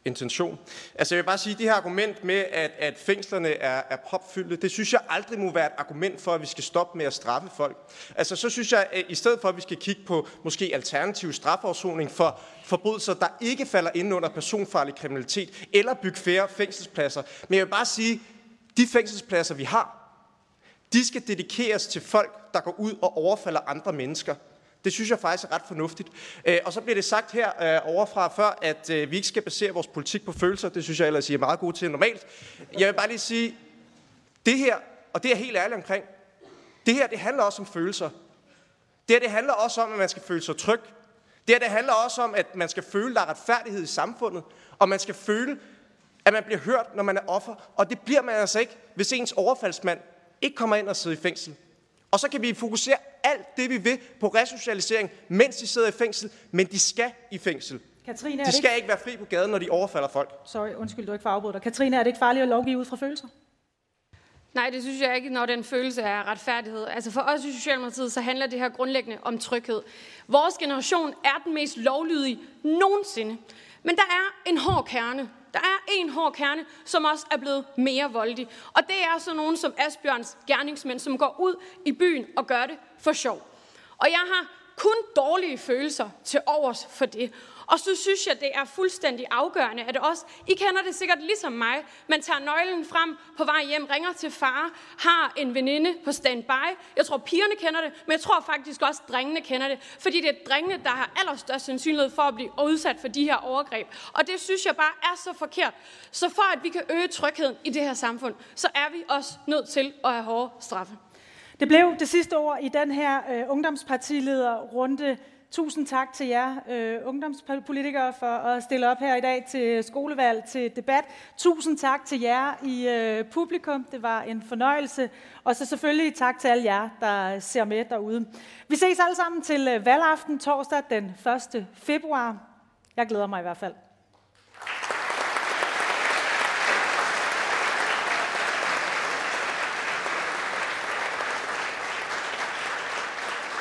intention. Altså jeg vil bare sige, at det her argument med, at fængslerne er propfyldte, det synes jeg aldrig må være et argument for, at vi skal stoppe med at straffe folk. Altså så synes jeg, at i stedet for, at vi skal kigge på måske alternativ strafafsoning for forbrydelser, der ikke falder ind under personfarlig kriminalitet, eller bygge færre fængselspladser. Men jeg vil bare sige, de fængselspladser, vi har, de skal dedikeres til folk, der går ud og overfalder andre mennesker. Det synes jeg faktisk er ret fornuftigt. Og så bliver det sagt her overfra før, at vi ikke skal basere vores politik på følelser. Det synes jeg ellers, I er meget gode til normalt. Jeg vil bare lige sige, det her, og det er jeg helt ærlig omkring, det her, det handler også om følelser. Det handler også om, at man skal føle sig tryg. Det handler også om, at man skal føle, der er retfærdighed i samfundet. Og man skal føle, at man bliver hørt, når man er offer. Og det bliver man altså ikke, hvis ens overfaldsmand ikke kommer ind og sidder i fængsel. Og så kan vi fokusere alt det, vi vil på resocialisering, mens de sidder i fængsel, men de skal i fængsel. Katrine, de skal ikke være fri på gaden, når de overfalder folk. Sorry, undskyld, du ikke får afbrudt dig. Katrine, er det ikke farligt at lovgive ud fra følelser? Nej, det synes jeg ikke, når den følelse er retfærdighed. Altså for os i Socialdemokratiet, så handler det her grundlæggende om tryghed. Vores generation er den mest lovlydige nogensinde. Men der er en hård kerne. Der er en hård kerne, som også er blevet mere voldelig. Og det er sådan nogen som Asbjørns gerningsmænd, som går ud i byen og gør det for sjov. Og jeg har kun dårlige følelser til overs for det. Og så synes jeg, det er fuldstændig afgørende, at også, I kender det sikkert ligesom mig, man tager nøglen frem på vej hjem, ringer til far, har en veninde på standby. Jeg tror, pigerne kender det, men jeg tror faktisk også, drengene kender det. Fordi det er drengene, der har allerstørst sandsynlighed for at blive udsat for de her overgreb. Og det synes jeg bare er så forkert. Så for at vi kan øge trygheden i det her samfund, så er vi også nødt til at have hårde straffe. Det blev det sidste ord i den her ungdomspartilederrunde. Tusind tak til jer ungdomspolitikere for at stille op her i dag til skolevalg, til debat. Tusind tak til jer i publikum. Det var en fornøjelse. Og så selvfølgelig tak til alle jer, der ser med derude. Vi ses alle sammen til valgaften torsdag den 1. februar. Jeg glæder mig i hvert fald.